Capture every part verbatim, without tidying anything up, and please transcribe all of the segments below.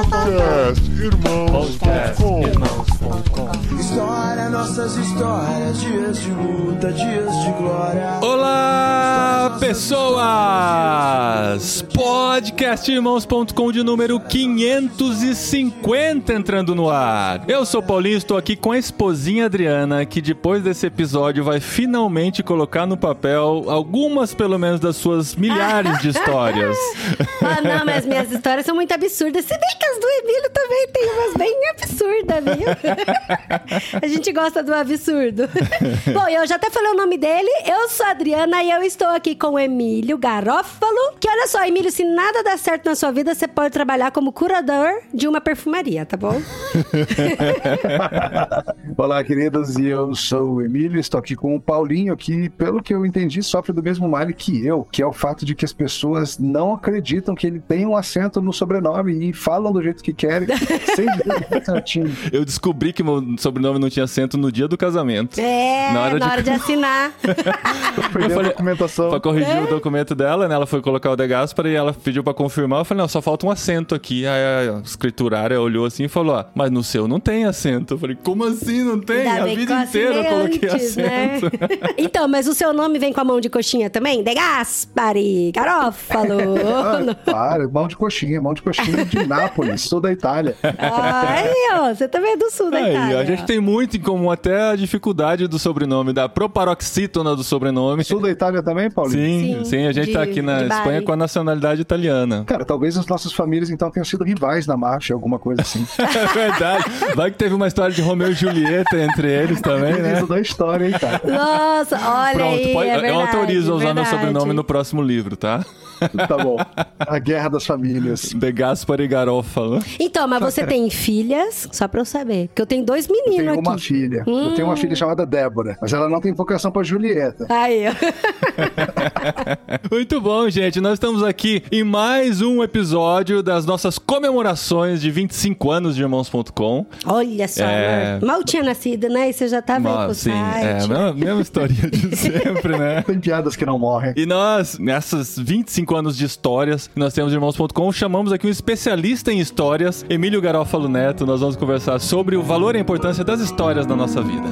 Podcast Irmãos ponto com. História, nossas histórias, dias de luta, dias de glória. Olá, pessoas! Podcast Irmãos ponto com de número quinhentos e cinquenta entrando no ar. Eu sou o Paulinho, estou aqui com a esposinha Adriana, que depois desse episódio vai finalmente colocar no papel algumas, pelo menos, das suas milhares de histórias. Ah, não, mas minhas histórias são muito absurdas. Se bem que as do Emílio também tem umas bem absurdas, viu? A gente gosta do absurdo. Bom, eu já até falei o nome dele. Eu sou a Adriana e eu estou aqui com o Emílio Garófalo. Que olha só, Emílio, se nada der certo na sua vida, você pode trabalhar como curador de uma perfumaria, tá bom? Olá, queridos, e eu sou o Emílio, estou aqui com o Paulinho, que, pelo que eu entendi, sofre do mesmo mal que eu, que é o fato de que as pessoas não acreditam que ele tem um acento no sobrenome e falam do jeito que querem, sem dizer certinho. Eu descobri que meu sobrenome não tinha acento no dia do casamento. É, na hora, na de... hora de assinar. Eu falei, a documentação. Pra corrigir é? o documento dela, né? Ela foi colocar o De Gasperi e ela pediu pra confirmar. Eu falei, não, só falta um acento aqui. Aí a escriturária olhou assim e falou, ah, mas no seu não tem acento. Eu falei, como assim não tem? Ainda A bem vida que eu inteira eu coloquei antes, acento. né? Então, mas o seu nome vem com a mão de coxinha também? De Gasperi, Garófalo. Ah, para, mão de coxinha, mão de coxinha de Nápoles, sul da Itália. Aí, ó, você também é do sul da Aí, Itália. a gente tem muito em comum, até a dificuldade do sobrenome, da proparoxítona do sobrenome. Sim. Sul da Itália também, Paulinho? Sim, sim, Sim, a gente de- tá aqui na de Espanha Bari. com a nacionalidade italiana. Cara, talvez as nossas famílias então tenham sido rivais na marcha, alguma coisa assim. É verdade. Vai que teve uma história de Romeu e Julieta entre eles também, né? Isso da história, hein, cara? Nossa, olha Pronto, aí, pode- é eu verdade, autorizo a usar meu verdade. sobrenome no próximo livro, tá? Tá bom. A guerra das famílias. De Gasperi Garófalo. Então, mas você tem filhas? Só pra eu saber. Porque eu tenho dois Eu meninos tenho aqui. uma filha. Eu tenho uma filha chamada Débora, mas ela não tem vocação pra Julieta. Aí, ó. Muito bom, gente. Nós estamos aqui em mais um episódio das nossas comemorações de vinte e cinco anos de Irmãos ponto com. Olha só, É. amor. Mal tinha nascido, né? E você já tava aí com o Mas, sim, site. é a mesma, mesma historinha de sempre, né? Tem piadas que não morrem. E nós, nessas vinte e cinco anos de histórias que nós temos de Irmãos ponto com, chamamos aqui um especialista em histórias, Emílio Garófalo Neto. Nós vamos conversar sobre o valor e a importância das histórias na nossa vida.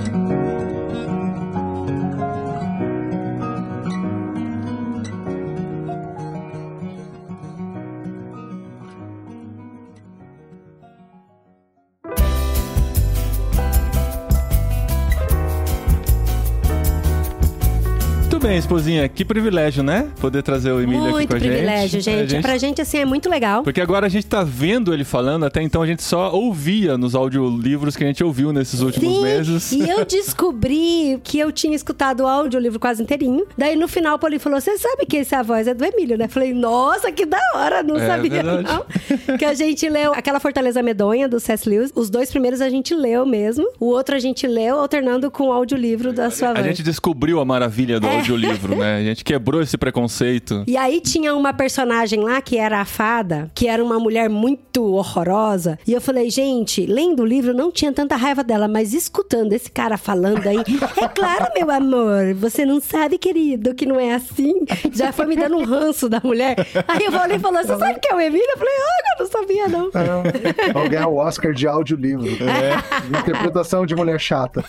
Muito bem, esposinha. Que privilégio, né? Poder trazer o Emílio aqui Muito com a gente. privilégio, gente. A gente- Pra gente, assim, é muito legal. Porque agora a gente tá vendo ele falando, até então a gente só ouvia nos audiolivros que a gente ouviu nesses últimos Sim, meses. e eu descobri que eu tinha escutado o audiolivro quase inteirinho. Daí, no final, o Paulinho falou, você sabe que essa voz é do Emílio, né? Falei, nossa, que da hora, não É sabia verdade. não. Que a gente leu aquela Fortaleza Medonha, do C S. Lewis. Os dois primeiros a gente leu mesmo. O outro a gente leu, alternando com o audiolivro da sua A voz. gente descobriu a maravilha do É. audiolivro, né? A gente quebrou esse preconceito. E aí tinha uma personagem lá que era a fada, que era uma mulher muito horrorosa. E eu falei, gente, lendo o livro não tinha tanta raiva dela, mas escutando esse cara falando aí, é claro, meu amor, você não sabe, querido, que não é assim. Já foi me dando um ranço da mulher. Aí eu falei e falou, você sabe que é o Emílio? Eu falei, olha, eu não sabia não. É, vão ganhar o Oscar de audiolivro. É. Interpretação de mulher chata.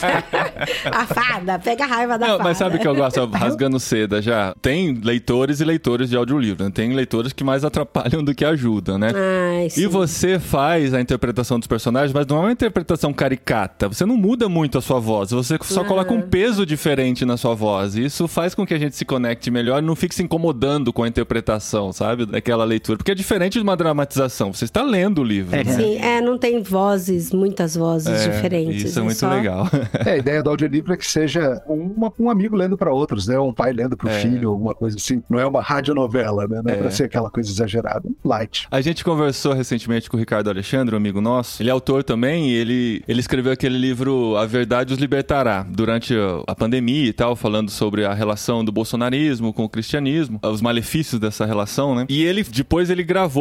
A fada, pega a raiva da Não, fada. mas sabe o que eu gosto? Rasgando seda já. Tem leitores e leitores de audiolivro, né? Tem leitores que mais atrapalham do que ajudam, né? Ai, sim. E você faz a interpretação dos personagens, mas não é uma interpretação caricata. Você não muda muito a sua voz. Você só Ah. coloca um peso diferente na sua voz. E isso faz com que a gente se conecte melhor e não fique se incomodando com a interpretação, sabe? Daquela leitura. Porque é diferente de uma dramatização. Você está lendo o livro, né? Sim, é, não tem vozes, muitas vozes É, diferentes. Isso é muito só... legal. É, a ideia do audiolivro é que seja uma- um amigo lendo para outros, né? Um pai lendo pro É. filho, alguma coisa assim. Não é uma radionovela, né? Não é, É. pra ser aquela coisa exagerada. Light. A gente conversou recentemente com o Ricardo Alexandre, um amigo nosso. Ele é autor também e ele, ele escreveu aquele livro A Verdade os Libertará, durante a- a pandemia e tal, falando sobre a relação do bolsonarismo com o cristianismo, os malefícios dessa relação, né? E ele, depois ele gravou o audiolivro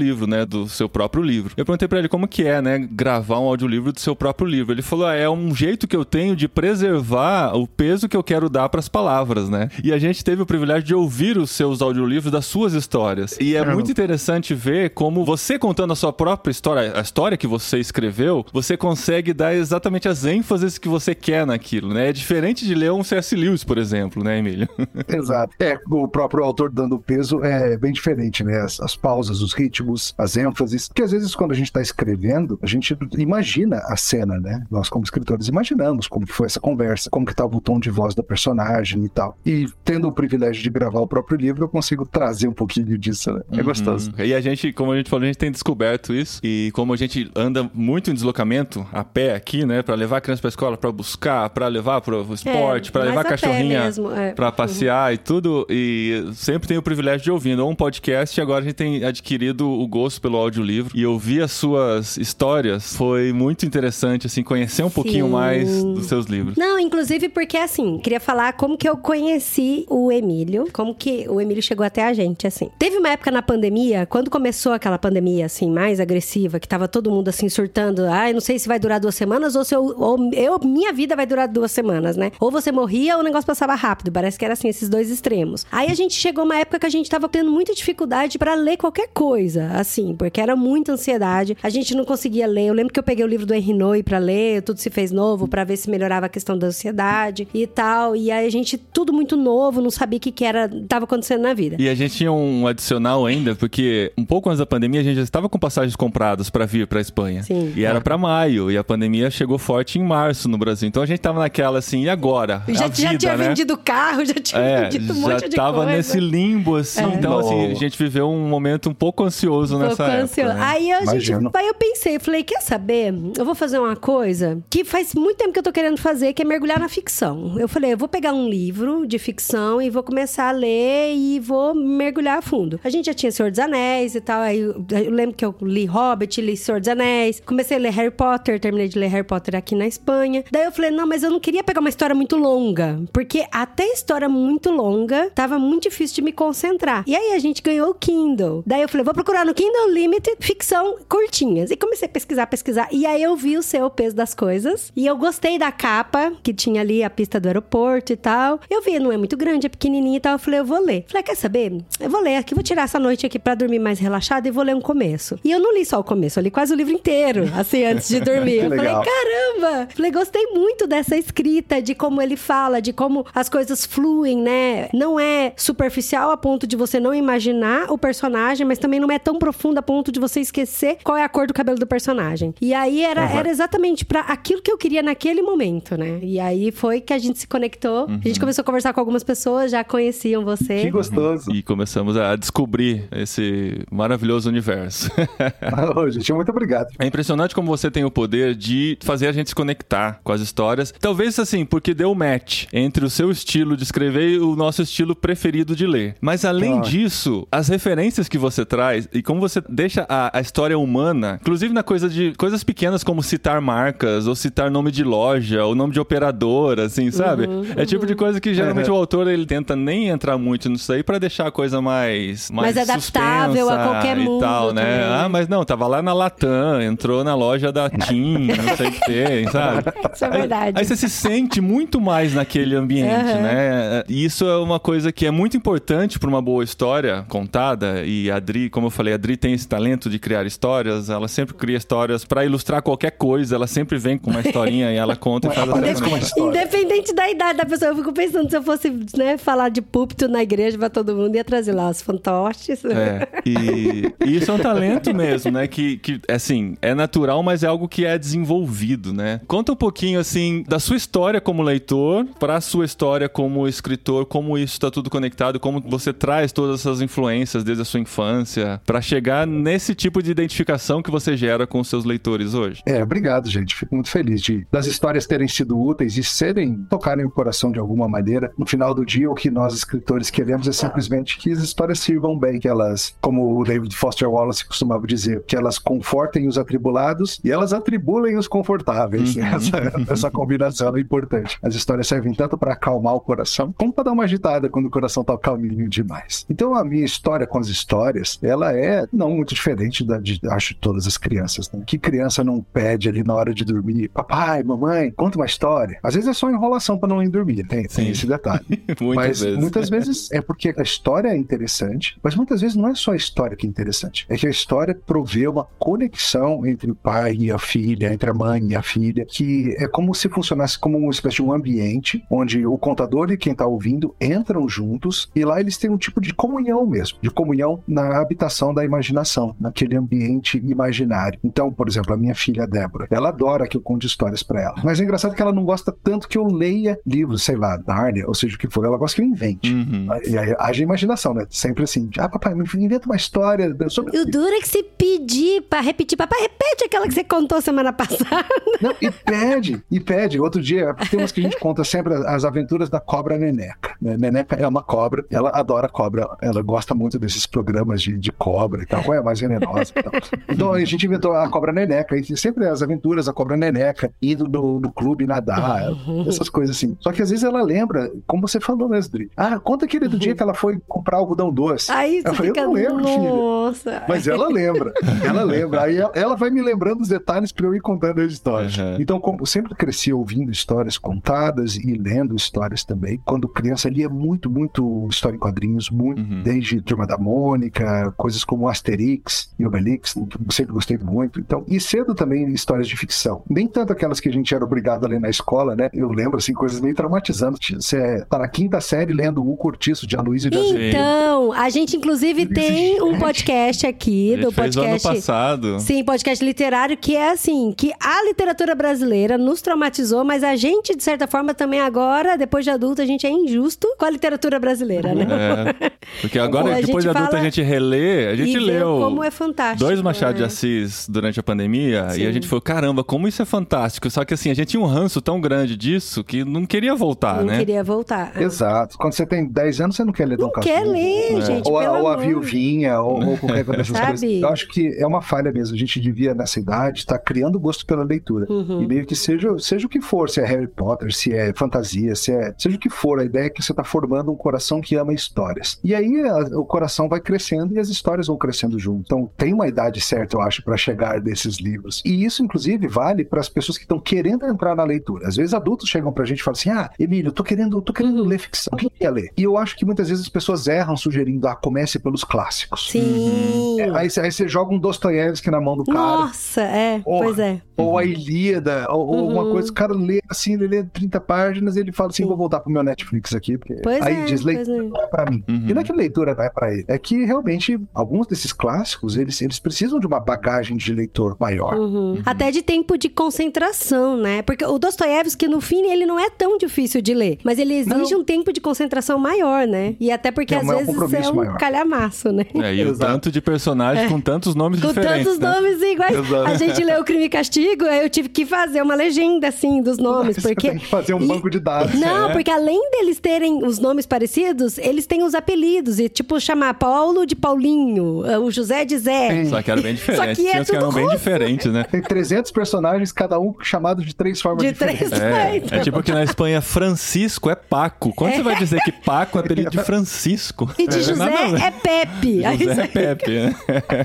audiolivro, né, do seu próprio livro. Eu perguntei pra ele como que é, né, gravar um audiolivro do seu próprio livro. Ele falou, ah, é um jeito que eu tenho de preservar o peso que eu quero dar pras palavras, né? E a gente teve o privilégio de ouvir os seus audiolivros das suas histórias. E é Uhum. muito interessante ver como você contando a sua própria história, a história que você escreveu, você consegue dar exatamente as ênfases que você quer naquilo, né? É diferente de ler um C S. Lewis, por exemplo, né, Emílio? Exato. É, o próprio autor dando peso é bem diferente, né? As, as pausas, os ritmos, as ênfases. Porque às vezes quando a gente tá escrevendo, a gente imagina a cena, né? Nós como escritores imaginamos como que foi essa conversa, como que tava o tom de voz da personagem e tal. E tendo o privilégio de gravar o próprio livro, eu consigo trazer um pouquinho disso, né? É Uhum. gostoso. E a gente, como a gente falou, a gente tem descoberto isso. E como a gente anda muito em deslocamento, a pé aqui, né? Pra levar a criança pra escola, pra buscar, pra levar pro esporte, É, pra levar a mais a pé cachorrinha mesmo, é. pra passear e tudo. E sempre tem o privilégio de ouvir um podcast. E agora a gente tem adquirido o gosto pelo audiolivro. E ouvir as suas histórias foi muito interessante, assim, conhecer um pouquinho Sim. mais dos seus livros. Não, inclusive porque, assim, queria falar como que eu conheci o Emílio, como que o Emílio chegou até a gente, assim. Teve uma época na pandemia, quando começou aquela pandemia, assim, mais agressiva, que tava todo mundo, assim, surtando, ah, eu não sei se vai durar duas semanas ou se eu, ou eu, minha vida vai durar duas semanas, né? Ou você morria ou o negócio passava rápido, parece que era, assim, esses dois extremos. Aí a gente chegou uma época que a gente tava tendo muita dificuldade pra ler qualquer coisa, assim, porque era muita ansiedade, a gente não conseguia ler. Eu lembro que eu peguei o livro do Henri Nouwen pra ler, Tudo Se Fez Novo, pra ver se melhorava a questão da ansiedade e tal, e aí a gente, tudo muito novo, não sabia o que que era, tava acontecendo na vida. E a gente tinha um adicional ainda, porque um pouco antes da pandemia a gente já estava com passagens compradas pra vir pra Espanha. Sim. E era pra maio, e a pandemia chegou forte em março no Brasil. Então a gente tava naquela assim, e agora? Já, a já vida, tinha né? vendido carro, já tinha É, vendido um já monte de tava coisa. nesse limbo, assim. É. Então, assim, a Nossa. gente viveu um momento um pouco ansioso Pouco nessa época. ansioso. né? Aí, a gente, Imagino. aí eu pensei, falei, quer saber? Eu vou fazer uma coisa que faz muito tempo que eu tô querendo fazer, que é mergulhar na ficção. Eu falei, eu vou pegar um livro de ficção e vou começar a ler e vou mergulhar a fundo. A gente já tinha Senhor dos Anéis e tal, aí eu, eu lembro que eu li Hobbit, li Senhor dos Anéis, comecei a ler Harry Potter, terminei de ler Harry Potter aqui na Espanha. Daí eu falei, não, mas eu não queria pegar uma história muito longa, porque até história muito longa tava muito difícil de me concentrar. E aí a gente ganhou o Kindle. Daí eu falei, vou procurar no Kindle Limited ficção curtinhas. E comecei a pesquisar, pesquisar. E aí eu vi o seu Peso das Coisas. E eu gostei da capa, que tinha ali a pista do aeroporto e tal. Eu vi, não é muito grande, é pequenininha e tal. Eu falei, eu vou ler. Falei, quer saber? Eu vou ler aqui, vou tirar essa noite aqui pra dormir mais relaxada e vou ler um começo. E eu não li só o começo, eu li quase o livro inteiro, assim, antes de dormir. Que Eu falei, legal. caramba! Falei, gostei muito dessa escrita, de como ele fala, de como as coisas fluem, né? Não é superficial a ponto de você não imaginar o personagem, mas também não é tão profundo a ponto de você esquecer qual é a cor do cabelo do personagem. E aí era, Uhum. era exatamente pra aquilo que eu queria naquele momento, né? E aí foi que a gente se conectou, a gente começou a conversar com algumas pessoas, já conheciam você. Que gostoso. E começamos a descobrir esse maravilhoso universo. Ô, gente, muito obrigado. É impressionante como você tem o poder de fazer a gente se conectar com as histórias. Talvez, assim, porque deu match entre o seu estilo de escrever e o nosso estilo preferido de ler. Mas, além Ah. disso, as referências que você traz e como você deixa a, a história humana, inclusive na coisa de coisas pequenas como citar marcas ou citar nome de loja ou nome de operadora, assim, sabe? É tipo de coisa que geralmente Uhum. o autor ele tenta nem entrar muito nisso aí pra deixar a coisa mais mais, Mais adaptável a suspensa qualquer e mundo tal, né? também. Ah, mas não, tava lá na Latam, entrou na loja da TIM, não sei o que tem, sabe? Isso é verdade. Aí, aí você se sente muito mais naquele ambiente, Uhum. né? E isso é uma coisa que é muito importante para uma boa história contada. E a Adri, como eu falei, a Adri tem esse talento de criar histórias. Ela sempre cria histórias para ilustrar qualquer coisa. Ela sempre vem com uma historinha e ela conta e faz essa Aparece com uma conexão. história. Independente da idade da pessoa, eu fico pensando, se eu fosse, né, falar de púlpito na igreja pra todo mundo, ia trazer lá os fantoches. É, e, e isso é um talento mesmo, né? Que, que, assim, é natural, mas é algo que é desenvolvido, né? Conta um pouquinho, assim, da sua história como leitor pra sua história como escritor, como isso tá tudo conectado, como você traz todas essas influências desde a sua infância pra chegar nesse tipo de identificação que você gera com os seus leitores hoje. É, obrigado, gente. Fico muito feliz de das histórias terem sido úteis e serem, tocarem o coração de alguma maneira. No final do dia, o que nós escritores queremos é simplesmente que as histórias sirvam bem, que elas, como o David Foster Wallace costumava dizer, que elas confortem os atribulados e elas atribulem os confortáveis. Uhum. Essa, essa combinação é importante. As histórias servem tanto para acalmar o coração, como para dar uma agitada quando o coração tá calminho demais. Então, a minha história com as histórias, ela é é não muito diferente da, de, acho, de todas as crianças, né? Que criança não pede ali na hora de dormir, papai, mamãe, conta uma história. Às vezes é só enrolação pra não ir dormir, tem, tem esse detalhe. Muitas mas vezes. muitas vezes é porque a história é interessante, mas muitas vezes não é só a história que é interessante, é que a história provê uma conexão entre o pai e a filha, entre a mãe e a filha, que é como se funcionasse como uma espécie de um ambiente onde o contador e quem tá ouvindo entram juntos e lá eles têm um tipo de comunhão mesmo, de comunhão na habitação da imaginação, naquele ambiente imaginário. Então, por exemplo, a minha filha Débora, ela adora que eu conte histórias pra ela, mas é engraçado que ela não gosta tanto que eu leia livros, sei lá, Nárnia, ou seja o que for, ela gosta que eu invente. Uhum. E aí haja imaginação, né? Sempre assim, ah, papai, me inventa uma história sobre... E o duro é que se pedir pra repetir, papai, repete aquela que você contou semana passada. Não, e pede, e pede. Outro dia, tem umas que a gente conta sempre as aventuras da cobra Neneca. Neneca é uma cobra, ela adora cobra, ela gosta muito desses programas de, de cobra e tal, qual é a mais venenosa e tal. Então a gente inventou a cobra Neneca, e sempre as aventuras da cobra Neneca, indo no, no clube nadar, essas coisas assim. Só que às vezes ela lembra, como você falou mesmo, Dri, ah, conta aquele do dia que ela foi comprar algodão doce. Aí você eu falei, fica, eu não lembro, nossa. filha. Mas ela lembra, ela lembra. Aí ela, ela vai me lembrando os detalhes pra eu ir contando as histórias. Uhum. Então, como eu sempre cresci ouvindo histórias contadas e lendo histórias também. Quando criança lia muito, muito história em quadrinhos, muito, Uhum. desde Turma da Mônica, coisas como Asterix e Obelix, que eu sempre gostei muito. Então, e cedo também histórias de ficção. Nem tanto aquelas que a gente era obrigado a ler na escola, né? Eu lembro, assim, coisas meio traumatizantes. Você tá na quinta série lendo O Cortiço de Aloysio de Azevedo. Então, a gente inclusive tem um Gente. podcast aqui, A gente do fez podcast... ano passado. Sim, podcast literário, que é assim, que a literatura brasileira nos traumatizou, mas a gente, de certa forma, também agora, depois de adulto, a gente é injusto com a literatura brasileira, né? É, porque agora, A depois de gente adulto, fala a gente relê, a gente e vê leu como é fantástico, dois Machado de né? Assis durante a pandemia, Sim. e a gente falou, caramba, como isso é fantástico. Só que assim, a gente tinha um ranço tão grande disso que não queria voltar, Não né? queria voltar. Exato. Quando você tem dez anos, você não quer ler Dom Não quer Casmurro. ler, É. gente, Ou a, pelo ou a amor. viuvinha, ou, ou qualquer coisa dessas Sabe? coisas. Eu acho que é uma falha mesmo. A gente devia, nessa idade, estar criando gosto pela leitura. Uhum. E meio que seja, seja o que for, se é Harry Potter, se é fantasia, se é... Seja o que for, a ideia é que você está formando um coração que ama histórias. E aí a- o coração vai crescendo e as histórias vão crescendo junto. Então tem uma idade certa, eu acho, para chegar desses livros. E isso, inclusive, vale para as pessoas que estão querendo entrar na leitura. Às vezes adultos chegam pra gente e falam assim, ah, Emílio, eu tô querendo, eu tô querendo ler ficção. O que que é ler? E eu acho que muitas vezes as pessoas erram sugerindo, ah, comece pelos clássicos. Sim. É, aí, aí você joga um Dostoiévski na mão do cara. Nossa, é, Ou- pois é. Ou a Ilíada, ou, ou Uhum. alguma coisa, o cara lê assim, ele lê trinta páginas e ele fala assim, Sim. vou voltar pro meu Netflix aqui, porque Pois aí é, diz, pois leitura é. não é pra mim. Uhum. E não é que leitura não é pra ele, é que realmente alguns desses clássicos, eles, eles precisam de uma bagagem de leitor maior. Uhum. Até de tempo de concentração, né? Porque o Dostoiévski, no fim, ele não é tão difícil de ler, mas ele exige Não. um tempo de concentração maior, né? E até porque É às um- é um vezes é compromisso um maior. calhamaço, né? É, e o Exato. tanto de personagens com tantos nomes Com diferentes, tantos né? nomes iguais. Exato. A gente leu o Crime e Castigo, aí eu tive que fazer uma legenda, assim, dos nomes, Você porque... tem que fazer um E- banco de dados. Não, É. porque além deles terem os nomes parecidos, eles têm os apelidos. E tipo, chamar Paulo de Paulinho, o José de Zé. Só que era bem diferente. Só que é Tinha uns que tudo eram bem russo. diferentes, né? Tem trezentos personagens, cada um chamado de três formas De diferentes. três É, então. é tipo que na Espanha Francisco é Paco. Quando você vai dizer que Paco é apelido de Francisco? E de É, José nada a ver. é Pepe. Aí José você- é Pepe, né?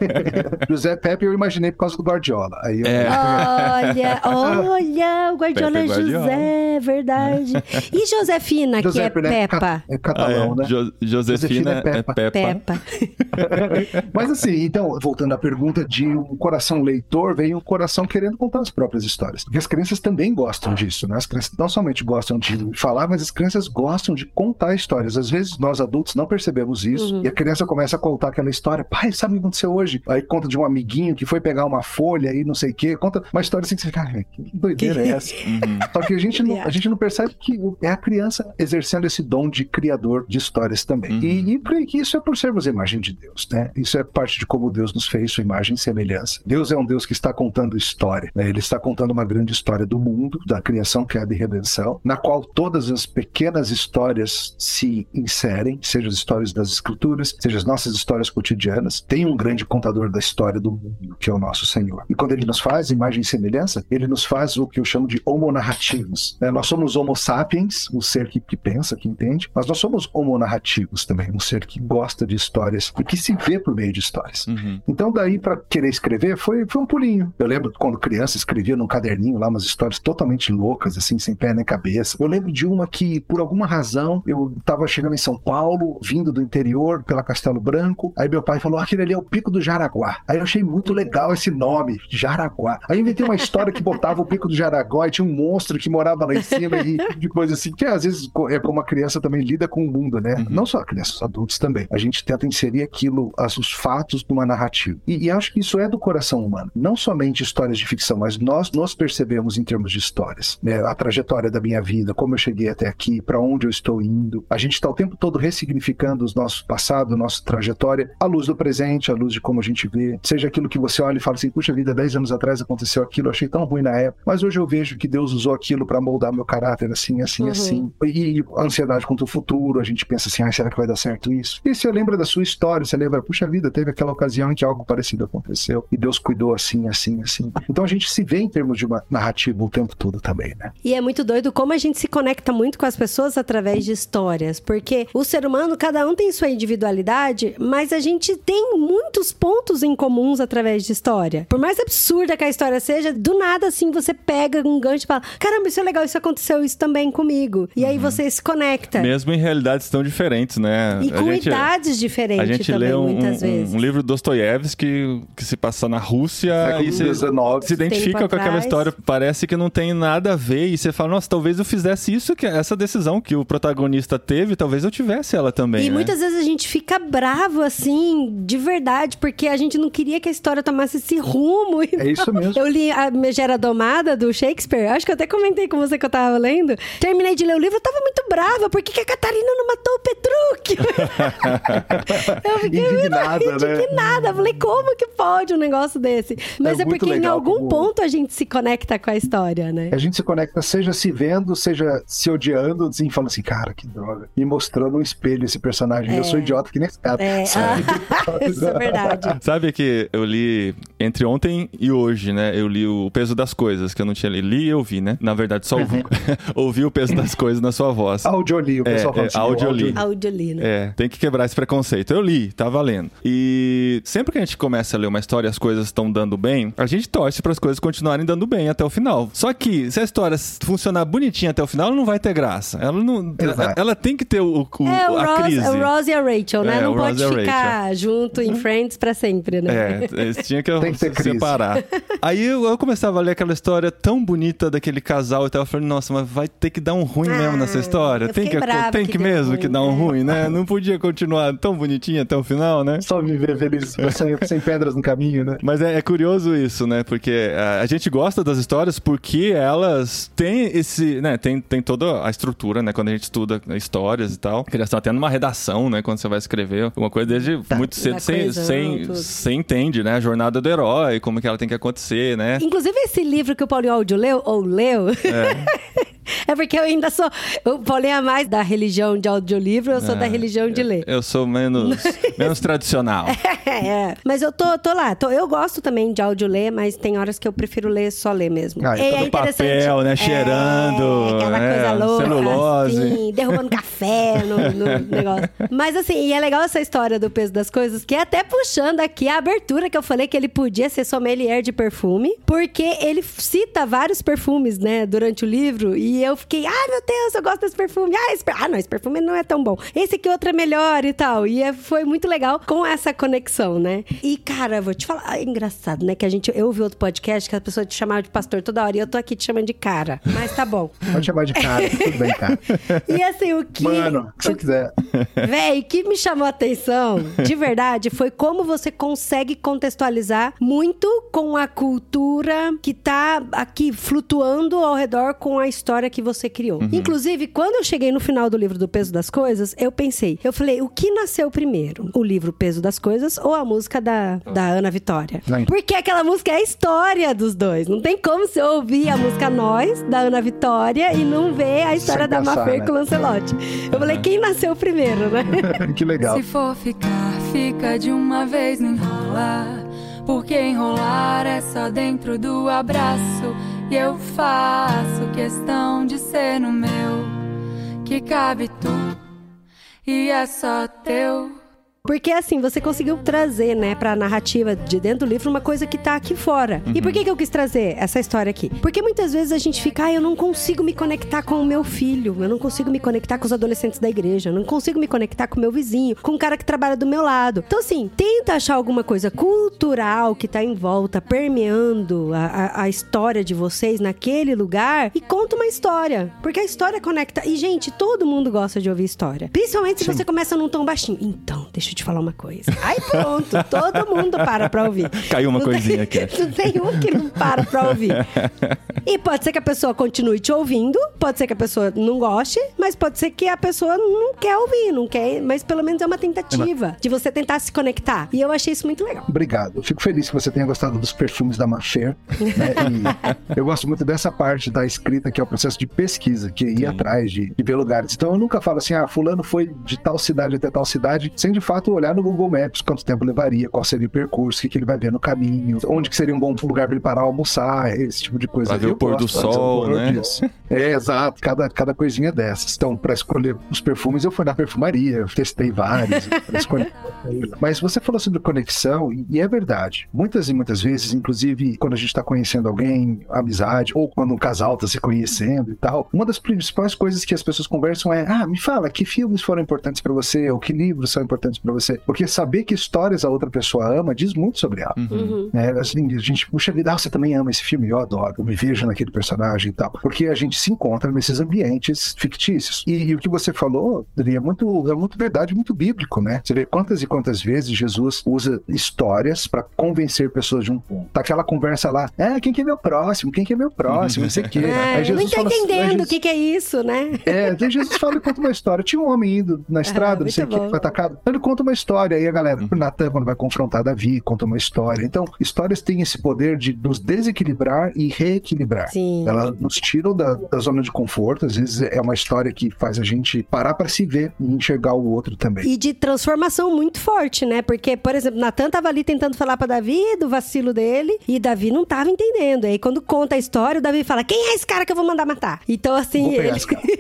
José Pepe eu imaginei por causa do Guardiola. Aí eu... É. Olha, olha, o Guardiola é Pepe Guardiola. José, verdade. E Josefina, que é Giuseppe, né? Peppa? Ca- É Ah, catalão, é. né? Jo- Josefina Josefina é é Peppa. Peppa. Peppa. Mas assim, então, voltando à pergunta de um coração leitor, vem um coração querendo contar as próprias histórias. Porque as crianças também gostam disso, né? As crianças não somente gostam de falar, mas as crianças gostam de contar histórias. Às vezes nós adultos não percebemos isso Uhum. e a criança começa a contar aquela história. Pai, sabe o que aconteceu hoje? Aí conta de um amiguinho que foi pegar uma folha e não sei o quê. Conta uma história assim que você fica, "Ai, que doideira é essa?" Uhum. Só que a gente, não, a Viagem. gente não percebe que é a criança exercendo esse dom de criador de histórias também. Uhum. E, e creio que isso é por sermos a imagem de Deus, né? Isso é parte de como Deus nos fez, sua imagem e semelhança. Deus é um Deus que está contando história, né? Ele está contando uma grande história do mundo, da criação, queda e redenção, na qual todas as pequenas histórias se inserem, sejam as histórias das escrituras, sejam as nossas histórias cotidianas. Tem um grande contador da história do mundo, que é o nosso Senhor. E quando ele nos faz imagem e semelhança, ele nos faz o que eu chamo de homonarrativos. Né? Nós somos homo sapiens, o ser que, que pensa, que entende, mas nós somos homonarrativos também, um ser que gosta de histórias e que se vê por meio de histórias. Uhum. Então daí para querer escrever foi, foi um pulinho. Eu lembro quando criança escrevia num caderninho lá umas histórias totalmente loucas, assim, sem pé nem cabeça. Eu lembro de uma que, por alguma razão, eu tava chegando em São Paulo, vindo do interior pela Castelo Branco, aí meu pai falou, aquele ali é o Pico do Jaraguá. Aí eu achei muito legal esse nome, Jaraguá. Aí eu inventei uma história que botava o Pico do Jaraguá e tinha um monstro que morava lá em cima e de coisa assim, que às vezes é como uma criança também lida com o mundo, né? Uhum. Não só crianças, os adultos também. A gente tenta inserir aquilo, as, os fatos numa narrativa. E, e acho que isso é do coração humano. Não somente histórias de ficção, mas nós nos percebemos em termos de histórias. Né? A trajetória da minha vida, como eu cheguei até aqui, para onde eu estou indo. A gente está o tempo todo ressignificando os nossos passados, nossa trajetória, à luz do presente, à luz de como a gente vê. Seja aquilo que você olha e fala assim, puxa vida, dez anos atrás aconteceu aquilo, eu achei tão ruim na época, mas hoje eu vejo que Deus usou aquilo para moldar meu caráter assim, assim, uhum. assim. E a ansiedade contra o futuro, a gente pensa assim, ah, será que vai dar certo isso? E você lembra da sua história, você lembra, puxa vida, teve aquela ocasião em que algo parecido aconteceu e Deus cuidou assim, assim, assim. Então a gente se vê em termos de uma narrativa o tempo todo também, né? E é muito doido como a gente se conecta muito com as pessoas através de histórias, porque o ser humano, cada um tem sua individualidade, mas a gente tem muitos pontos em comuns através de história. Por mais absurda que a história seja, do nada, assim, você pega um gancho e fala, caramba, isso é legal, isso aconteceu, isso também comigo. E aí uhum. você se conecta. Mesmo em realidades tão diferentes, né? E a com gente, idades diferentes também, a gente lê um, muitas um, vezes. um livro do Dostoiévski que se passa na Rússia é e você se identifica com aquela história, parece que não tem nada a ver e você fala, nossa, talvez eu fizesse isso, que essa decisão que o protagonista teve, talvez eu tivesse ela também, E né? muitas vezes a gente fica bravo, assim, de verdade, porque a gente não queria que a história tomasse esse rumo. É isso mesmo. Eu li A Megera Domada, do Shakespeare, acho que eu até comentei com você que eu tava lendo. Terminei de ler o livro, eu tava muito brava, por que que a Catarina não matou o Petrúquio? Eu fiquei indignada, muito né? indignada. Falei, como que pode um negócio desse? Mas é, é porque em algum como... ponto a gente se conecta com a história, né? A gente se conecta, seja se vendo, seja se odiando, assim, falando assim, cara, que droga. E mostrando um espelho esse personagem. É. Eu sou idiota que nem esse cara. É. Ah, isso é verdade. Sabe que eu li entre ontem e hoje, né? Eu li O Peso das Coisas, que eu não tinha lido. Li e ouvi, né? Na verdade, só ouvi. Uhum. ouvi O Peso das Coisas na sua voz. Audioli, o pessoal é, fala é, assim. Audioli. Audioli, né? É, tem que quebrar esse preconceito. Eu li, tá valendo. E sempre que a gente começa a ler uma história e as coisas estão dando bem, a gente torce para as coisas continuarem dando bem até o final. Só que se a história funcionar bonitinha até o final, ela não vai ter graça. Ela não, ela, ela tem que ter o, o, é, o a Ross, crise. É o Ross e a Rachel, né? É, não pode ficar Rachel. junto em Friends pra sempre, né? É, eles tinham que, tem que se separar. Aí eu, eu começava a ler aquela história tão bonita daquele casal e tal, eu falei, nossa, mas vai ter que dar um ruim ah, mesmo nessa história. Tem que, tem que, que mesmo ruim, que dar um né? ruim, né? Não podia continuar tão bonitinha até o final, né? Só viver feliz, sem, sem pedras no caminho, né? Mas é, é curioso isso, né? Porque a, a gente gosta das histórias porque elas têm esse, né? Tem, tem toda a estrutura, né? Quando a gente estuda histórias e tal. Eles estão até numa redação, né? Quando você vai escrever uma coisa desde tá. muito cedo, sem, sem, você entende, né? A jornada do herói, como que ela tem que acontecer, né? Inclusive esse livro que o Paulinho Audio leu, ou leu... É. É porque eu ainda sou... O Paulinho é mais da religião de audiolivro, eu sou é, da religião de ler. Eu sou menos, menos tradicional. É, é. Mas eu tô, tô lá. Tô, eu gosto também de audioler, mas tem horas que eu prefiro ler, só ler mesmo. Ah, é, é papel, né? Cheirando. É, aquela é, coisa louca. Celulose. Assim, derrubando café no, no negócio. Mas assim, e é legal essa história do peso das coisas, que é até puxando aqui a abertura que eu falei que ele podia ser sommelier de perfume, porque ele cita vários perfumes, né, durante o livro, e eu fiquei, ah, meu Deus, eu gosto desse perfume. Ah, esse, ah, não, esse perfume não é tão bom. Esse aqui outro é melhor e tal. E é, foi muito legal com essa conexão, né? E, cara, vou te falar, é engraçado, né? Que a gente, eu ouvi outro podcast que a pessoa te chamava de pastor toda hora e eu tô aqui te chamando de cara. Mas tá bom. Pode chamar de cara, tudo bem, cara. E assim, o que... Mano, o que você quiser. Véi, o que me chamou a atenção, de verdade, foi como você consegue contextualizar muito com a cultura que tá aqui flutuando ao redor com a história que você criou. Uhum. Inclusive, quando eu cheguei no final do livro do Peso das Coisas, eu pensei, eu falei, o que nasceu primeiro? O livro Peso das Coisas ou a música da, da Ana Vitória? Não. Porque aquela música é a história dos dois. Não tem como você ouvir a música Nós, da Ana Vitória, e não ver a história Sem da pensar, Mafê, né? Com o Lancelotti. Eu falei, quem nasceu primeiro, né? Que legal. Se for ficar, fica de uma vez, não enrola. Porque enrolar é só dentro do abraço. E eu faço questão de ser no meu, que cabe tu e é só teu. Porque assim, você conseguiu trazer, né, pra narrativa de dentro do livro uma coisa que tá aqui fora. Uhum. E por que que eu quis trazer essa história aqui? Porque muitas vezes a gente fica, ah, eu não consigo me conectar com o meu filho, eu não consigo me conectar com os adolescentes da igreja, eu não consigo me conectar com o meu vizinho, com o cara que trabalha do meu lado. Então assim, tenta achar alguma coisa cultural que tá em volta, permeando a, a, a história de vocês naquele lugar e conta uma história. Porque a história conecta. E gente, todo mundo gosta de ouvir história. Principalmente se Sim. você começa num tom baixinho. Então, deixa eu te falar uma coisa. Aí pronto, todo mundo para pra ouvir. Caiu uma não coisinha tem, aqui. Não tem um que não para pra ouvir. E pode ser que a pessoa continue te ouvindo, pode ser que a pessoa não goste, mas pode ser que a pessoa não quer ouvir, não quer, mas pelo menos é uma tentativa de você tentar se conectar. E eu achei isso muito legal. Obrigado. Fico feliz que você tenha gostado dos perfumes da Macher. Né? Eu gosto muito dessa parte da escrita, que é o processo de pesquisa, que é ir Sim. atrás de, de ver lugares. Então eu nunca falo assim, ah, fulano foi de tal cidade até tal cidade, sem de fato olhar no Google Maps quanto tempo levaria, qual seria o percurso, o que, que ele vai ver no caminho, onde que seria um bom lugar para ele parar almoçar, esse tipo de coisa. Pra ver o pôr do sol, né? Disso. É, exato, cada, cada coisinha dessas. Então, para escolher os perfumes, eu fui na perfumaria, eu testei vários pra escolher. Mas você falou sobre conexão, e é verdade. Muitas e muitas vezes, inclusive, quando a gente tá conhecendo alguém, amizade, ou quando um casal tá se conhecendo e tal, uma das principais coisas que as pessoas conversam é, ah, me fala, que filmes foram importantes para você, ou que livros são importantes para você. Porque saber que histórias a outra pessoa ama diz muito sobre ela. Uhum. É, assim, a gente, puxa vida, ah, você também ama esse filme? Eu adoro, eu me vejo naquele personagem e tal. Porque a gente se encontra nesses ambientes fictícios. E, e o que você falou, Adri, é muito, é muito verdade, muito bíblico, né? Você vê quantas e quantas vezes Jesus usa histórias para convencer pessoas de um ponto. Tá aquela conversa lá, é, quem que é meu próximo? Quem que é meu próximo? Não sei o quê. É, aí Jesus não tá fala, entendendo Jesus, o que que é isso, né? É, daí Jesus fala e conta uma história. Tinha um homem indo na estrada, ah, não sei o que, foi atacado. Ele conta uma história, aí a galera, o Natan, quando vai confrontar Davi, conta uma história. Então, histórias têm esse poder de nos desequilibrar e reequilibrar. Sim. Elas nos tiram da, da zona de conforto, às vezes é uma história que faz a gente parar para se ver e enxergar o outro também. E de transformação muito forte, né? Porque, por exemplo, Natan tava ali tentando falar pra Davi do vacilo dele, e Davi não tava entendendo. Aí quando conta a história, o Davi fala, quem é esse cara que eu vou mandar matar? Então, assim, ele...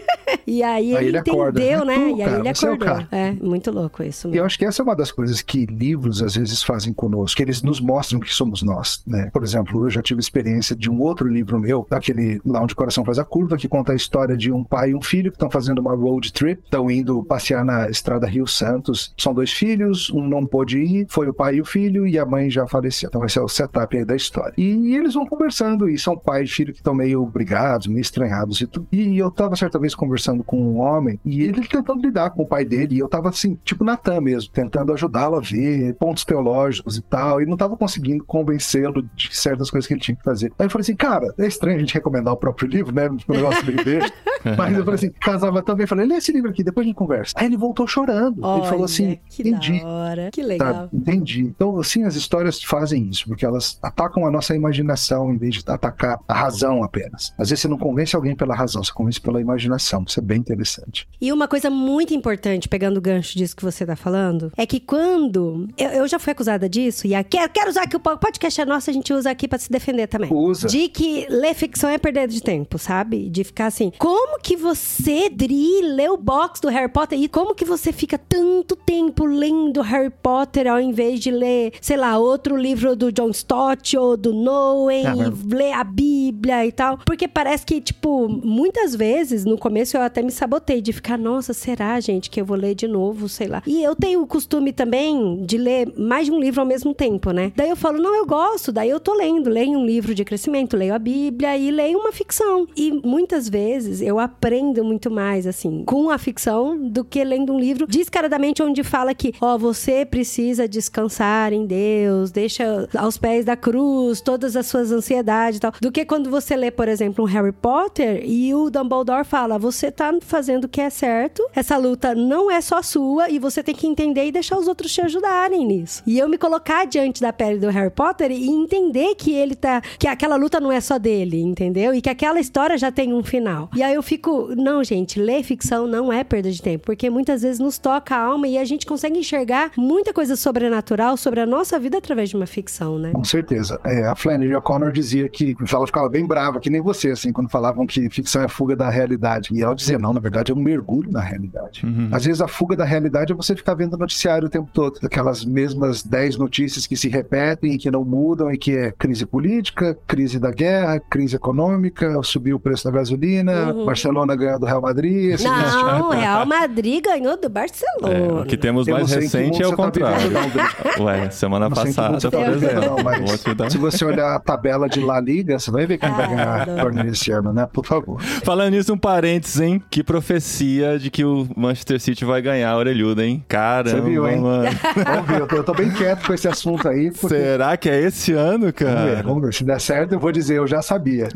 e aí, aí ele, ele entendeu, acorda, né? Tu, e aí cara, ele acordou. É, é, muito louco isso mesmo. E eu acho que essa é uma das coisas que livros às vezes fazem conosco, que eles nos mostram que somos nós, né? Por exemplo, eu já tive experiência de um outro livro meu, aquele lá onde o coração faz a curva, que conta a história de um pai e um filho que estão fazendo uma road trip, estão indo passear na estrada Rio Santos. São dois filhos, um não pôde ir, foi o pai e o filho, e a mãe já faleceu. Então esse é o setup aí da história. E, e eles vão conversando, e são pai e filho que estão meio brigados, meio estranhados e tudo. E eu tava certa vez conversando com um homem, e ele tentando lidar com o pai dele, e eu tava assim, tipo Natan mesmo, tentando ajudá-lo a ver pontos teológicos e tal, e não tava conseguindo convencê-lo de certas coisas que ele tinha que fazer. Aí eu falei assim, cara, é estranho a gente recomendar o próprio livro, né? Um negócio meio beijo. Mas eu falei assim, casava também, falei, lê esse livro aqui, depois a gente conversa. Aí ele voltou chorando. Olha, ele falou assim, que entendi. Da hora. Que legal. Tá, entendi. Então, assim, as histórias fazem isso, porque elas atacam a nossa imaginação em vez de atacar a razão apenas. Às vezes você não convence alguém pela razão, você convence pela imaginação. Isso é bem interessante. E uma coisa muito importante, pegando o gancho disso que você tá falando, é que quando... Eu, eu já fui acusada disso, e aqui, eu quero usar aqui o podcast é nosso, a gente usa aqui pra se defender também. Usa. De que ler ficção é perder de tempo, sabe? De ficar assim, como que você, Dri, lê o box do Harry Potter e como que você fica tanto tempo lendo Harry Potter ao invés de ler, sei lá, outro livro do John Stott ou do Nowen, ah, e ler a Bíblia e tal? Porque parece que, tipo, muitas vezes, no começo eu até me sabotei de ficar, nossa, será, gente, que eu vou ler de novo, sei lá. E eu tenho o costume também de ler mais de um livro ao mesmo tempo, né? Daí eu falo, não, eu gosto, daí eu tô lendo, leio um livro de crescimento, leio a Bíblia e leio uma ficção. E muitas vezes eu aprendo muito mais, assim, com a ficção do que lendo um livro descaradamente onde fala que, ó, você precisa descansar em Deus, deixa aos pés da cruz todas as suas ansiedades e tal, do que quando você lê, por exemplo, um Harry Potter e o Dumbledore fala, você tá fazendo o que é certo, essa luta não é só sua e você tem que entender e deixar os outros te ajudarem nisso. E eu me colocar diante da pele do Harry Potter e entender que ele tá... que aquela luta não é só dele, entendeu? E que aquela história já tem um final. E aí eu fico... Não, gente, ler ficção não é perda de tempo, porque muitas vezes nos toca a alma e a gente consegue enxergar muita coisa sobrenatural sobre a nossa vida através de uma ficção, né? Com certeza. É, a Flannery O'Connor dizia que ela ficava bem brava, que nem você, assim, quando falavam que ficção é fuga da realidade. E ela dizia, não, na verdade é um mergulho na realidade. Uhum. Às vezes a fuga da realidade é você ficar vendo noticiário o tempo todo, aquelas mesmas dez notícias que se repetem e que não mudam, e que é crise política, crise da guerra, crise econômica, subiu o preço da gasolina, uhum. Barcelona ganhou do Real Madrid. Esse não, o Real Madrid ganhou do Barcelona. É, o que temos mais recente é o contrário. Tá Ué, semana passada, por exemplo. Não, mas se você olhar a tabela de La Liga, você vai ver quem ah, vai ganhar o torneio esse ano, né? Por favor. Falando nisso, um parênteses, hein? Que profecia de que o Manchester City vai ganhar a orelhuda, hein? Caramba, você viu, hein? Mano. Vamos ver, eu tô, eu tô bem quieto com esse assunto aí. Porque... Será que é esse ano, cara? Vamos ver, vamos ver. Se der certo, eu vou dizer, eu já sabia.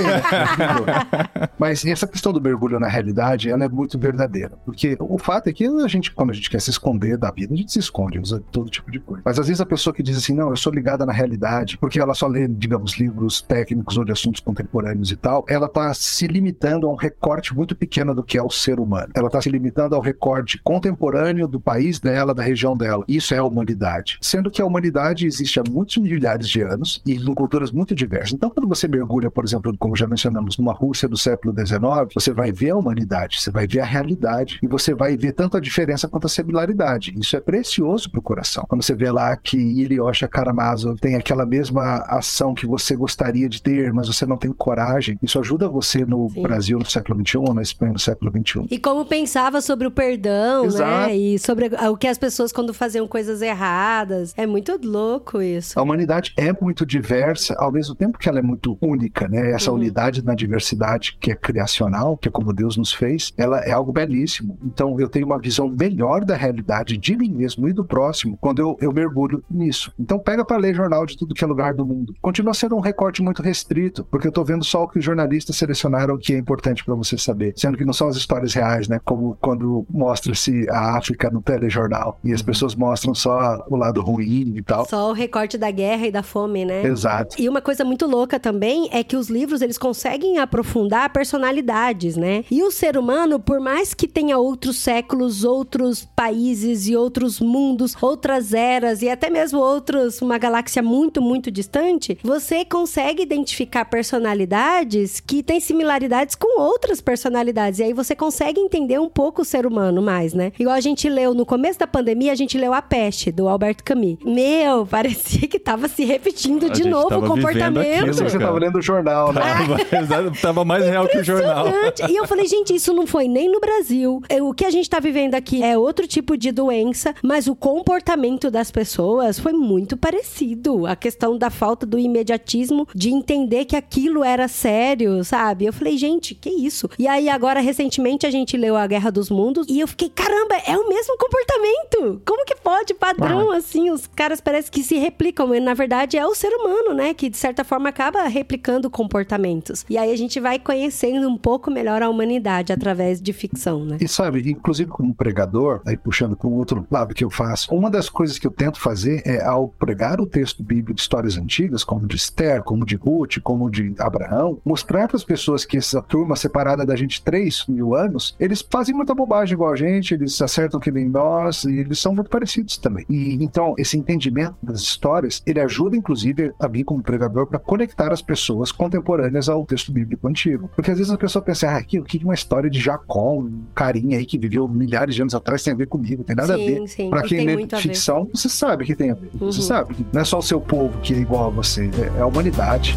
Mas essa questão do mergulho na realidade, ela é muito verdadeira. Porque o fato é que a gente, quando a gente quer se esconder da vida, a gente se esconde, usa todo tipo de coisa. Mas às vezes a pessoa que diz assim, não, eu sou ligada na realidade, porque ela só lê, digamos, livros técnicos ou de assuntos contemporâneos e tal, ela tá se limitando a um recorte muito pequeno do que é o ser humano. Ela tá se limitando ao recorte contemporâneo do país dela, da região dela. Isso é a humanidade. Sendo que a humanidade existe há muitos milhares de anos e em culturas muito diversas. Então, quando você mergulha, por exemplo, como já mencionamos, numa Rússia do século dezenove, você vai ver a humanidade, você vai ver a realidade e você vai ver tanto a diferença quanto a similaridade. Isso é precioso pro coração. Quando você vê lá que Ilyusha Karamazov tem aquela mesma ação que você gostaria de ter, mas você não tem coragem, isso ajuda você no Sim. Brasil no século vinte e um ou na Espanha no século vinte e um. E como pensava sobre o perdão, Exato. né? E sobre o que as pessoas quando faziam coisas erradas. É muito louco isso. A humanidade é muito diversa, ao mesmo tempo que ela é muito única, né? Essa uhum. unidade na diversidade que é criacional, que é como Deus nos fez, ela é algo belíssimo. Então eu tenho uma visão melhor da realidade, de mim mesmo e do próximo, quando eu, eu mergulho nisso. Então pega para ler jornal de tudo que é lugar do mundo. Continua sendo um recorte muito restrito, porque eu tô vendo só o que os jornalistas selecionaram que é importante para você saber, sendo que não são as histórias reais, né? Como quando mostra-se a África no telejornal e as pessoas mostram só o lado ruim e tal. Só o recorte da guerra e da fome, né? Exato. E uma coisa muito louca também é que os livros, eles conseguem aprofundar personalidades, né? E o ser humano, por mais que tenha outros séculos, outros países e outros mundos, outras eras e até mesmo outros, uma galáxia muito, muito distante, você consegue identificar personalidades que têm similaridades com outras personalidades. E aí você consegue entender um pouco o ser humano mais, né? Igual a gente leu no começo da pandemia, a gente leu A Peste, do Albert Camus. Meu, parecia que tava se repetindo a de novo o comportamento. Aquilo, você tava lendo o jornal, né? Tava, tava mais real que o jornal. E eu falei, gente, isso não foi nem no Brasil. O que a gente tá vivendo aqui é outro tipo de doença, mas o comportamento das pessoas foi muito parecido. A questão da falta do imediatismo, de entender que aquilo era sério, sabe? Eu falei, gente, que isso? E aí agora, recentemente, a gente leu A Guerra dos Mundos e eu fiquei, caramba, é o mesmo comportamento. Como que pode? Padrão, ah. assim, os caras parecem que se replicam, mas na verdade é o ser humano, né? Que de certa forma acaba replicando comportamentos. E aí a gente vai conhecendo um pouco melhor a humanidade através de ficção, né? E sabe, inclusive como pregador, aí puxando para o outro lado que eu faço, uma das coisas que eu tento fazer é, ao pregar o texto bíblico de histórias antigas, como de Esther, como de Ruth, como de Abraão, mostrar para as pessoas que essa turma separada da gente três mil anos, eles fazem muita bobagem igual a gente, eles acertam que nem nós, e eles são muito parecidos também. E então, esse entendimento das histórias, ele ajuda, inclusive, a mim como pregador, para conectar as pessoas contemporâneas ao texto bíblico antigo. Porque às vezes a pessoa pensa, ah, aqui, o que é uma história de Jacó, um carinha aí que viveu milhares de anos atrás, tem a ver comigo, tem nada sim, a ver. Sim, para quem lê ficção, você sabe que tem a ver. Uhum. Você sabe que não é só o seu povo que é igual a você, é a humanidade.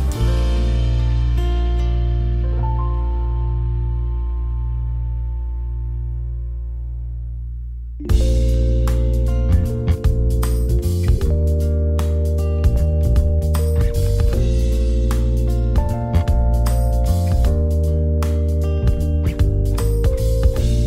O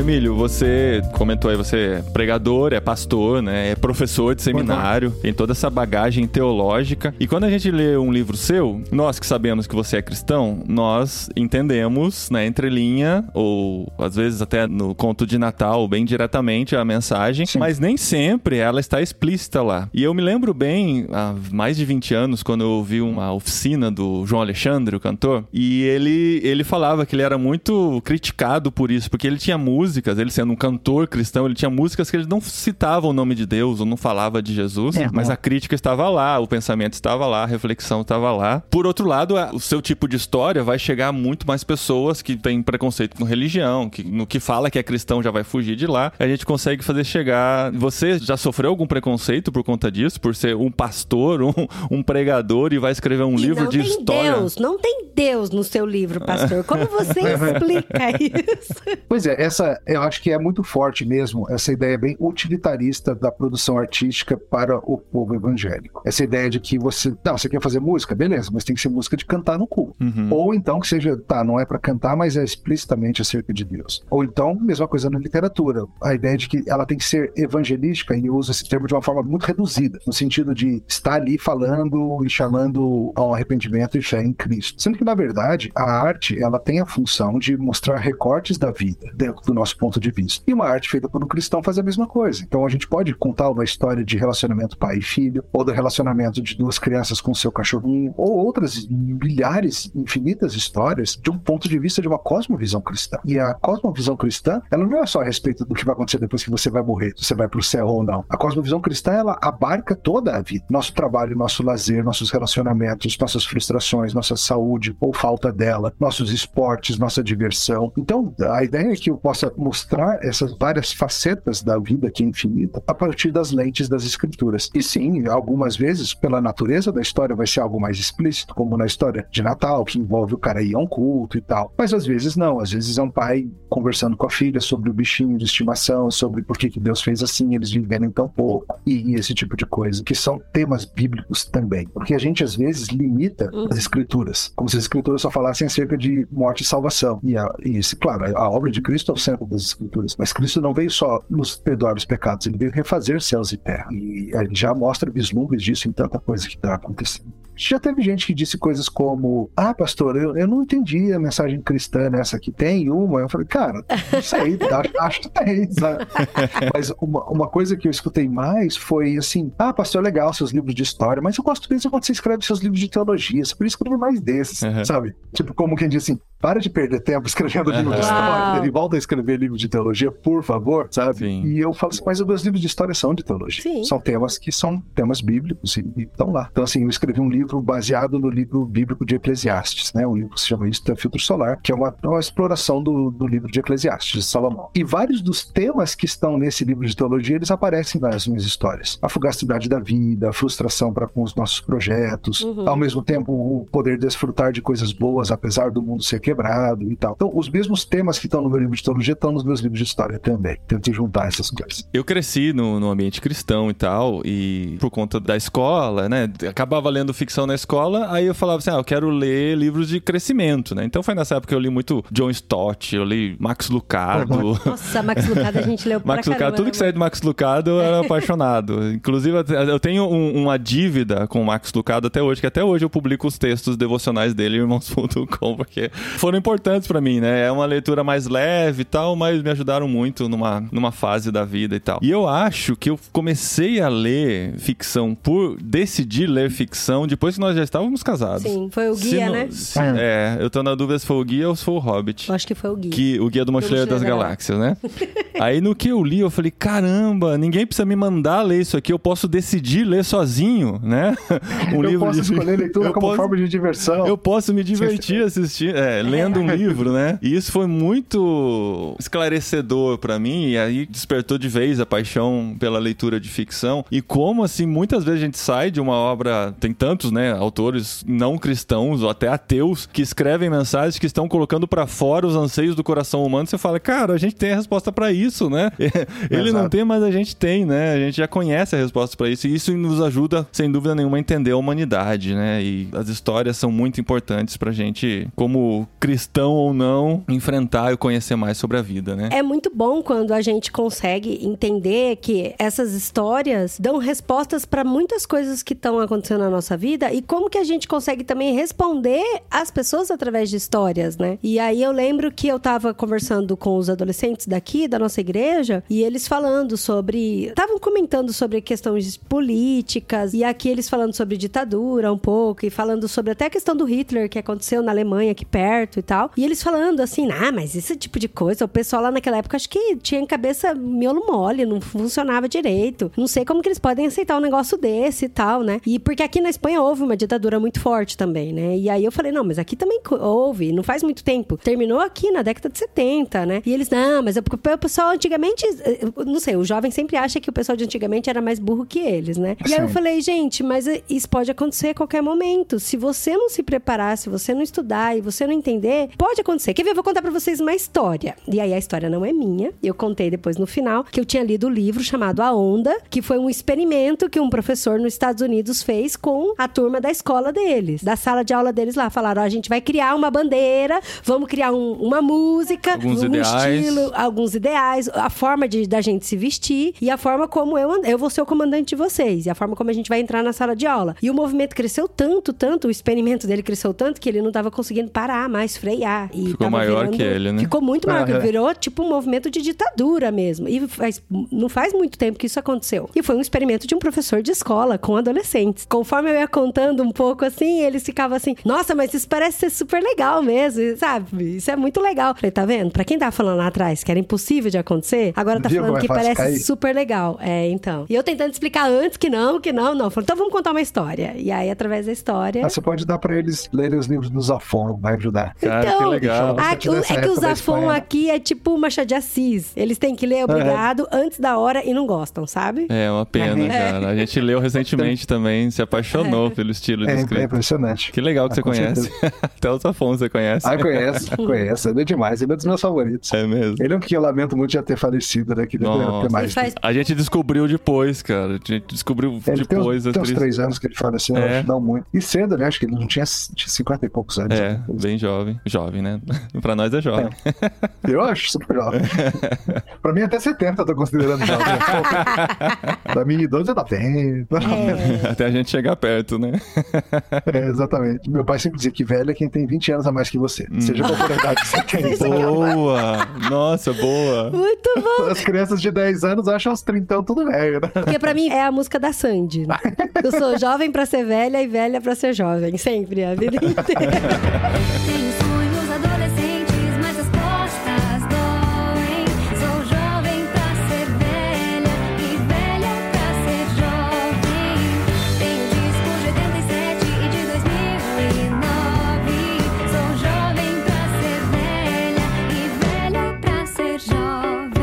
Emílio, você comentou aí, você é pregador, é pastor, né? É professor de seminário, tem toda essa bagagem teológica. E quando a gente lê um livro seu, nós que sabemos que você é cristão, nós entendemos na entrelinha, ou às vezes até no conto de Natal, bem diretamente a mensagem, Sim. mas nem sempre ela está explícita lá. E eu me lembro bem, há mais de vinte anos, quando eu ouvi uma oficina do João Alexandre, o cantor, e ele, ele falava que ele era muito criticado por isso, porque ele tinha músicas, ele sendo um cantor cristão, ele tinha músicas que ele não citava o nome de Deus, ou não falava de Jesus, é, mas a crítica estava lá, o pensamento estava lá, a reflexão estava lá. Por outro lado, o seu tipo de história vai chegar a muito mais pessoas que têm preconceito com religião, que no que fala que é cristão já vai fugir de lá. A gente consegue fazer chegar... Você já sofreu algum preconceito por conta disso? Por ser um pastor, um, um pregador e vai escrever um e livro de história? Não tem Deus, não tem Deus no seu livro, pastor. Como você explica isso? Pois é, essa eu acho que é muito forte mesmo, essa ideia bem utilitarista da produção artística para o povo evangélico. Essa ideia de que você... Não, você quer fazer música? Beleza, mas tem que ser música de cantar no culto. Uhum. Ou então que seja, tá, não é para cantar, mas é explicitamente acerca de Deus. Ou então, mesma coisa na literatura. A ideia de que ela tem que ser evangelística, e usa esse termo de uma forma muito reduzida, no sentido de estar ali falando e chamando ao arrependimento e fé em Cristo. Sendo que, na verdade, a arte, ela tem a função de mostrar recortes da vida, dentro do nosso ponto de vista. E uma arte feita por um cristão faz a mesma coisa. Então, a gente pode contar uma história de relacionamento pai e filho, ou do relacionamento de duas crianças com seu cachorrinho, ou outras milhares, infinitas histórias de um ponto de vista de uma cosmovisão cristã. E a cosmovisão cristã, ela não é só a respeito do que vai acontecer depois que você vai morrer, se você vai pro céu ou não. A cosmovisão cristã, ela abarca toda a vida. Nosso trabalho, nosso lazer, nossos relacionamentos, nossas frustrações, nossa saúde ou falta dela, nossos esportes, nossa diversão. Então, a ideia é que eu possa mostrar essas várias facetas da vida que é infinita a partir das lentes das escrituras. E sim, algumas vezes, pela natureza da história, vai ser algo mais explícito, como na história de Natal, que envolve o cara ir a um culto e tal. Mas às vezes não, às vezes é um pai conversando com a filha sobre o bichinho de estimação, sobre por que que Deus fez assim, eles vivendo tão pouco, e, e esse tipo de coisa, que são temas bíblicos também. Porque a gente às vezes limita as escrituras, como se as escrituras só falassem acerca de morte e salvação. E, a, e esse, claro, a obra de Cristo é o centro das escrituras, mas Cristo não veio só nos perdoar os pecados, ele veio refazer céus e terra. E a gente já mostra vislumbres disso em tanta coisa que está acontecendo. Já teve gente que disse coisas como: ah, pastor, eu, eu não entendi a mensagem cristã nessa aqui. Tem uma? Eu falei, cara, não sei, acho, acho que tem, sabe? Mas uma, uma coisa que eu escutei mais foi assim: ah, pastor, legal seus livros de história, mas eu gosto mesmo quando você escreve seus livros de teologia, você poderia escrever mais desses, uhum. sabe? Tipo, como quem diz assim, para de perder tempo escrevendo uhum. livro de história, e volta a escrever livro de teologia, por favor, sabe? Sim. E eu falo assim, mas os meus livros de história são de teologia. Sim. São temas que são temas bíblicos e estão lá. Então, assim, eu escrevi um livro baseado no livro bíblico de Eclesiastes, né? Um livro que se chama Isso é Filtro Solar, que é uma, uma exploração do, do livro de Eclesiastes, de Salomão. E vários dos temas que estão nesse livro de teologia, eles aparecem nas minhas histórias. A fugacidade da vida, a frustração para com os nossos projetos, uhum. ao mesmo tempo o poder desfrutar de coisas boas, apesar do mundo ser quebrado e tal. Então, os mesmos temas que estão no meu livro de teologia estão nos meus livros de história também. Tentei juntar essas coisas. Eu cresci no, no ambiente cristão e tal, e por conta da escola, né? Acabava lendo ficção na escola, aí eu falava assim, ah, eu quero ler livros de crescimento, né? Então foi nessa época que eu li muito John Stott, eu li Max Lucado. Uhum. Nossa, Max Lucado a gente leu pra Max Lucado, tudo que saía de Max Lucado eu era apaixonado. Inclusive, eu tenho um, uma dívida com o Max Lucado até hoje, que até hoje eu publico os textos devocionais dele em irmãos ponto com, porque foram importantes pra mim, né? É uma leitura mais leve e tal, mas me ajudaram muito numa, numa fase da vida e tal. E eu acho que eu comecei a ler ficção por decidir ler ficção depois que nós já estávamos casados. Sim, foi o guia, no, né? Se, é, eu tô na dúvida se foi o guia ou se foi o Hobbit. Eu acho que foi o guia. Que, o guia do Mochileiro das Galáxias, né? Aí no que eu li, eu falei, caramba, ninguém precisa me mandar ler isso aqui, eu posso decidir ler sozinho, né? Um eu livro posso de... escolher leitura eu como posso... forma de diversão. Eu posso me divertir assistindo, é, lendo um livro, né? E isso foi muito esclarecedor pra mim, e aí despertou de vez a paixão pela leitura de ficção. E como, assim, muitas vezes a gente sai de uma obra, tem tantos, né, autores não cristãos ou até ateus que escrevem mensagens que estão colocando pra fora os anseios do coração humano. Você fala, cara, a gente tem a resposta pra isso, né? Ele Exato. Não tem, mas a gente tem, né? A gente já conhece a resposta pra isso, e isso nos ajuda, sem dúvida nenhuma, a entender a humanidade, né? E as histórias são muito importantes pra gente, como cristão ou não, enfrentar e conhecer mais sobre a vida, né? É muito bom quando a gente consegue entender que essas histórias dão respostas para muitas coisas que estão acontecendo na nossa vida e como que a gente consegue também responder às pessoas através de histórias, né? E aí eu lembro que eu tava conversando com os adolescentes daqui, da nossa igreja, e eles falando sobre... Estavam comentando sobre questões políticas, e aqui eles falando sobre ditadura um pouco, e falando sobre até a questão do Hitler, que aconteceu na Alemanha, aqui perto e tal. E eles falando assim, ah, mas esse tipo de coisa, o pessoal lá naquela época, acho que tinha em cabeça miolo mole, não funcionava direito. Não sei como que eles podem aceitar um negócio desse e tal, né? E porque aqui na Espanha houve uma ditadura muito forte também, né? E aí eu falei, não, mas aqui também houve, não faz muito tempo. Terminou aqui na década de setenta, né? E eles, não, mas é porque o pessoal antigamente, não sei, o jovem sempre acha que o pessoal de antigamente era mais burro que eles, né? E Sim. aí eu falei, gente, mas isso pode acontecer a qualquer momento. Se você não se preparar, se você não estudar e você não entender, pode acontecer. Quer ver? Eu vou contar pra vocês uma história. E aí a história não é minha. Eu contei depois no final que eu tinha lido o livro chamado A Onda, que foi um experimento que um professor nos Estados Unidos fez com a turma da escola deles, da sala de aula deles lá. Falaram, ó, a gente vai criar uma bandeira, vamos criar um, uma música, Alguns um ideais. estilo, alguns ideais, a forma de, da gente se vestir e a forma como eu, eu vou ser o comandante de vocês, e a forma como a gente vai entrar na sala de aula. E o movimento cresceu tanto, tanto, o experimento dele cresceu tanto que ele não tava conseguindo parar mais, frear. E Ficou tava maior virando, que ele, né? Ficou muito maior, que Aham. virou tipo um movimento de ditadura mesmo. E faz, não faz muito tempo que isso aconteceu. E foi um experimento de um professor de escola com adolescentes. Conforme eu ia contando um pouco assim, eles ficavam assim, nossa, mas isso parece ser super legal mesmo, sabe? Isso é muito legal. Falei, tá vendo? Pra quem tava falando lá atrás que era impossível de acontecer, agora tá Viu falando como é que fácil parece cair? super legal. É, então. E eu tentando explicar antes que não, que não, não. Falei, então vamos contar uma história. E aí, através da história... Ah, você pode dar pra eles lerem os livros do Zafon, vai ajudar. Cara, Então, que legal. ah, Bastante o- nessa é que o época da Zafon Espanha. aqui é tipo Machado de Assis. Eles têm que ler obrigado antes da hora e não gostam, sabe? É uma pena, É. cara. A gente leu recentemente também, se apaixonou pelo estilo de É, é escrita. impressionante. Que legal que Ah, você com conhece. Até o Zafon você conhece. Ah, conheço, conheço. Ele é demais, ele é dos meus favoritos. É mesmo. Ele é um que eu lamento muito já ter falecido, né? Queria Nossa. ter mais. Ele faz- A gente descobriu depois, cara. A gente descobriu Ele tem uns, depois. a tem uns triste- três anos que ele faleceu, É. acho, não muito. E cedo, né? Acho que ele não tinha, tinha cinquenta e poucos anos. É, bem jovem. Jovem, né? Pra nós é jovem. Eu acho super jovem. Pra mim, até setenta eu tô considerando jovem. Pra mim, idoso já tá bem. Até a gente chegar perto, né? É, exatamente. Meu pai sempre dizia que velho é quem tem vinte anos a mais que você. Hum. Seja qual for a idade que você tem. Boa! Nossa, boa! Muito bom. As crianças de dez anos acham os trinta tudo velho, né? Porque pra mim é a música da Sandy. Eu sou jovem pra ser velha e velha pra ser jovem. Sempre, a vida inteira. Tenho sonhos adolescentes, mas as costas doem. Sou jovem pra ser velha e velha pra ser jovem. Tenho discos de oitenta e sete e de dois mil e nove. Sou jovem pra ser velha e velha pra ser jovem.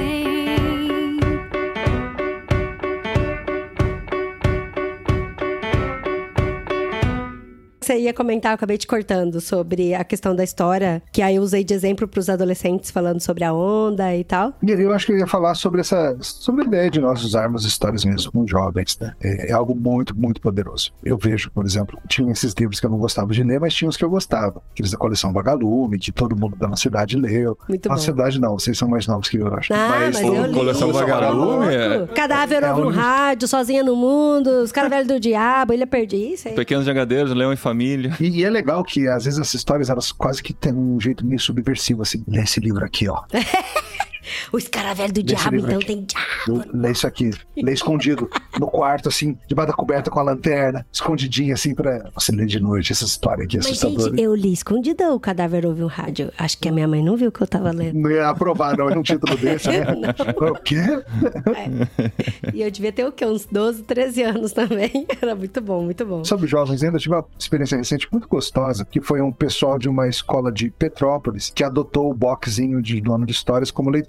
Você ia comentar, eu acabei te cortando, sobre a questão da história, que aí eu usei de exemplo pros adolescentes falando sobre a onda e tal. E eu acho que eu ia falar sobre essa sobre a ideia de nós usarmos histórias mesmo com jovens, né? É, é algo muito, muito poderoso. Eu vejo, por exemplo, tinha esses livros que eu não gostava de ler, mas tinha os que eu gostava. Aqueles da coleção Vagalume, que todo mundo da nossa cidade leu. Muito Nossa bom. cidade não, vocês são mais novos que eu, eu acho. Ah, mas, todo eu mundo- li. Coleção Vagalume, é- Cadáver é ouve um onde- rádio, sozinha no mundo, os caras velhos do diabo, Ilha Perdida, isso aí. Pequenos Jangadeiros, Leão e Família. E, e é legal que, às vezes, essas histórias, elas quase que têm um jeito meio subversivo, assim. Lê esse livro aqui, ó. Os caras velhos do Desse diabo, livro então aqui. tem diabo. Lê isso aqui. Lê escondido, no quarto, assim, debaixo da coberta com a lanterna, escondidinho, assim, pra você ler de noite essa história aqui, Mas, assustadora. gente, eu li escondida o Cadáver ouve um rádio. Acho que a minha mãe não viu que eu tava lendo. Não ia aprovar, não, é um título desse, né? O quê? E eu devia ter o quê? Uns doze, treze anos também. Era muito bom, muito bom. Sobre jovens ainda, eu tive uma experiência recente muito gostosa, que foi um pessoal de uma escola de Petrópolis que adotou o boxinho de dono de histórias como leitura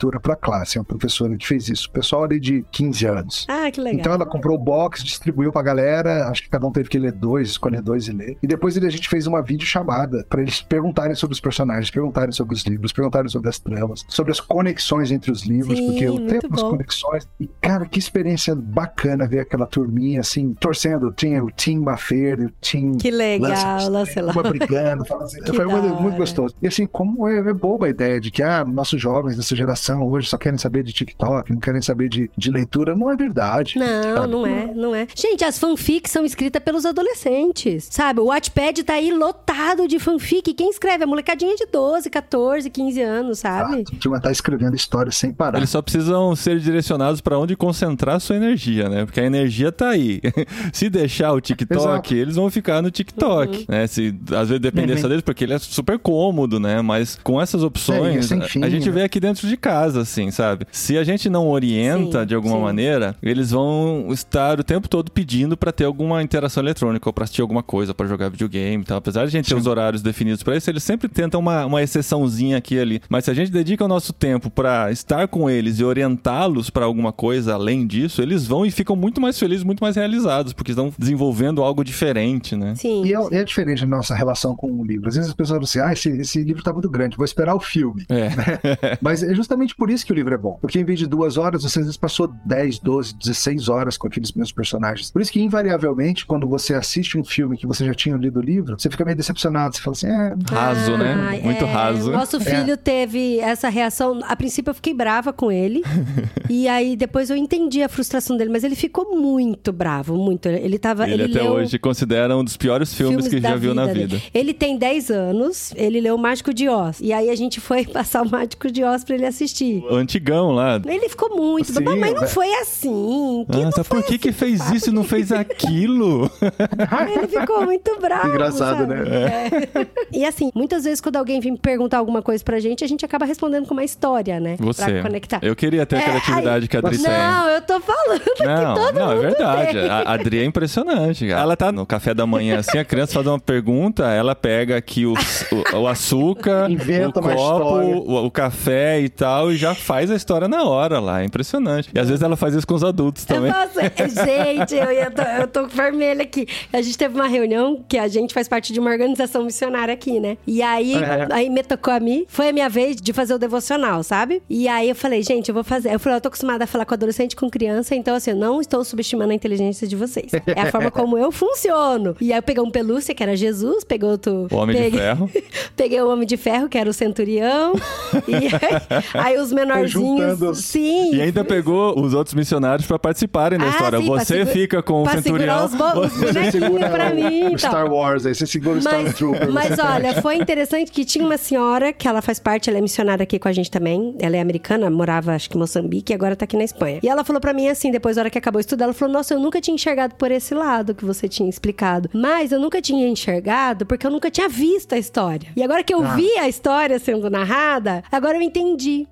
leitura para a classe. É uma professora que fez isso. O pessoal ali de quinze anos. Ah, que legal. Então ela comprou o box, distribuiu pra galera, acho que cada um teve que ler dois, escolher dois e ler. E depois a gente fez uma videochamada pra eles perguntarem sobre os personagens, perguntarem sobre os livros, perguntarem sobre as tramas, sobre as conexões entre os livros, Sim, porque eu muito tenho umas bom. conexões. E, cara, que experiência bacana ver aquela turminha, assim, torcendo. Tinha o Tim Maffer, o Tim... Que legal, Lancelot. Uma brigando, falando assim. Que Foi da muito, muito hora. gostoso. E assim, como é, é boba a ideia de que, ah, nossos jovens dessa geração hoje só querem saber de TikTok, não querem saber de, de leitura. Não é verdade. Não, sabe? não é, não é. Gente, as fanfics são escritas pelos adolescentes, sabe? O Wattpad tá aí lotado de fanfic. Quem escreve? A molecadinha de doze, catorze, quinze anos, sabe? A turma tá escrevendo história sem parar. Eles só precisam ser direcionados pra onde concentrar a sua energia, né? Porque a energia tá aí. Se deixar o TikTok, Exato. eles vão ficar no TikTok, Uhum. né? Se às vezes depender só deles, porque ele é super cômodo, né? Mas com essas É, e é opções, sem a- fim, a gente né? vê aqui dentro de casa, assim, sabe? Se a gente não orienta Sim, de alguma sim. maneira, eles vão estar o tempo todo pedindo pra ter alguma interação eletrônica ou pra assistir alguma coisa, pra jogar videogame e tal. Apesar de a gente ter os horários definidos pra isso, eles sempre tentam uma, uma exceçãozinha aqui e ali. Mas se a gente dedica o nosso tempo pra estar com eles e orientá-los pra alguma coisa além disso, eles vão e ficam muito mais felizes, muito mais realizados, porque estão desenvolvendo algo diferente, né? Sim. E é, é diferente a nossa relação com o livro. Às vezes as pessoas falam assim, ah, esse, esse livro tá muito grande, vou esperar o filme. É. Mas é justamente por isso que o livro é bom. Porque em vez de duas horas, você às vezes passou dez, doze, dezesseis horas com aqueles mesmos personagens. Por isso que, invariavelmente, quando você assiste um filme que você já tinha lido o livro, você fica meio decepcionado. Você fala assim, é... Raso, né? Ai, Muito é, raso. Nosso filho teve essa reação. A princípio eu fiquei brava com ele. E aí depois eu entendi a frustração dele. Mas ele ficou muito bravo, muito. Ele tava. Ele, Ele, até leu hoje considera um dos piores filmes, que ele da já viu na dele. vida. Ele tem dez anos, ele leu o Mágico de Oz. E aí a gente foi passar o Mágico de Oz pra ele assistir. O antigão lá. Ele ficou muito. Sim, Mas não né? foi assim. Que Ah, não sabe foi por que assim, que fez isso e não fez aquilo? Ele ficou muito bravo. Engraçado, sabe? né? É. E assim, muitas vezes quando alguém vem perguntar alguma coisa pra gente, a gente acaba respondendo com uma história, né? Você. Pra conectar. Eu queria ter a É, criatividade aí- que a Adri tem. Não, eu tô falando que Não, todo não, é mundo verdade. tem. A a Adri é impressionante. Ela tá no café da manhã assim, a criança faz uma pergunta, ela pega aqui o, o, o açúcar, Inventa o uma copo, história. o, o café e tal, e já faz a história na hora lá. É impressionante. E às vezes ela faz isso com os adultos Eu também. faço, gente, eu, ia- tô, eu tô vermelha aqui. A gente teve uma reunião que a gente faz parte de uma organização missionária aqui, né? E aí, É. aí me tocou a mim, foi a minha vez de fazer o devocional, sabe? E aí eu falei, gente, eu vou fazer. Eu falei, eu tô acostumada a falar com adolescente e com criança, então assim, eu não estou subestimando a inteligência de vocês. É a forma como eu funciono. E aí eu peguei um pelúcia, que era Jesus, pegou outro. O Homem de peguei, Ferro. Peguei o Homem de Ferro, que era o centurião. E aí, aí os menorzinhos. juntando os- Sim. E ainda pegou os outros missionários pra participarem da Ah, história. sim, pra Você segu- fica com o pra centurião. segurar os, bo- os Você bonequinhos segura pra o, mim. o então. Star Wars, aí você segura o Mas, Stormtrooper. mas você- olha, foi interessante que tinha uma senhora que ela faz parte, ela é missionária aqui com a gente também. Ela é americana, morava acho que em Moçambique e agora tá aqui na Espanha. E ela falou pra mim assim, depois da hora que acabou o estudo, ela falou: nossa, eu nunca tinha enxergado por esse lado que você tinha explicado. Mas eu nunca tinha enxergado porque eu nunca tinha visto a história. E agora que eu Ah. vi a história sendo narrada, agora eu entendi.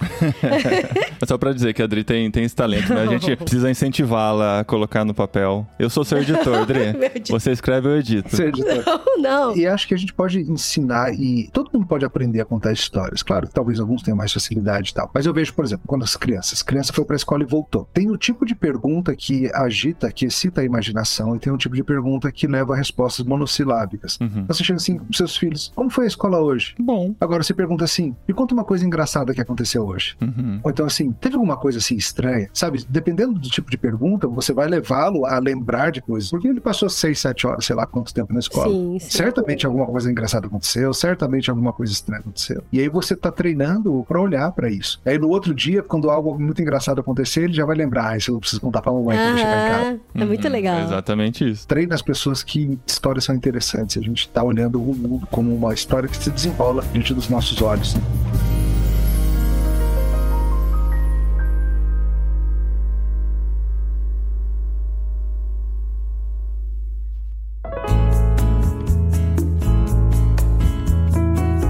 É só pra dizer que a Adri tem, tem esse talento, mas a gente precisa incentivá-la a colocar no papel. Eu sou seu editor, Adri. Meu Deus. Você escreve, eu edito. Ser editor. Não, não. E acho que a gente pode ensinar e todo mundo pode aprender a contar histórias. Claro, talvez alguns tenham mais facilidade e tal. Mas eu vejo, por exemplo, quando as crianças, a criança foi pra escola e voltou. Tem o tipo de pergunta que agita, que excita a imaginação e tem um tipo de pergunta que leva a respostas monossilábicas. Uhum. Você chega assim pros seus filhos, como foi a escola hoje? Bom. Agora você pergunta assim, me conta uma coisa engraçada que aconteceu hoje. Uhum. Ou então assim, teve alguma coisa assim estranha? Sabe, dependendo do tipo de pergunta, você vai levá-lo a lembrar de coisas. Porque ele passou seis, sete horas, sei lá quanto tempo na escola. Sim, sim. Certamente alguma coisa engraçada aconteceu, certamente alguma coisa estranha aconteceu. E aí você tá treinando pra olhar pra isso. Aí no outro dia, quando algo muito engraçado acontecer, ele já vai lembrar, ah, isso eu preciso contar pra mamãe quando eu chegar em casa. Aham, é muito Uhum. legal. Exatamente isso. Treina as pessoas que histórias são interessantes. A gente tá olhando o mundo como uma história que se desenrola diante dos nossos olhos.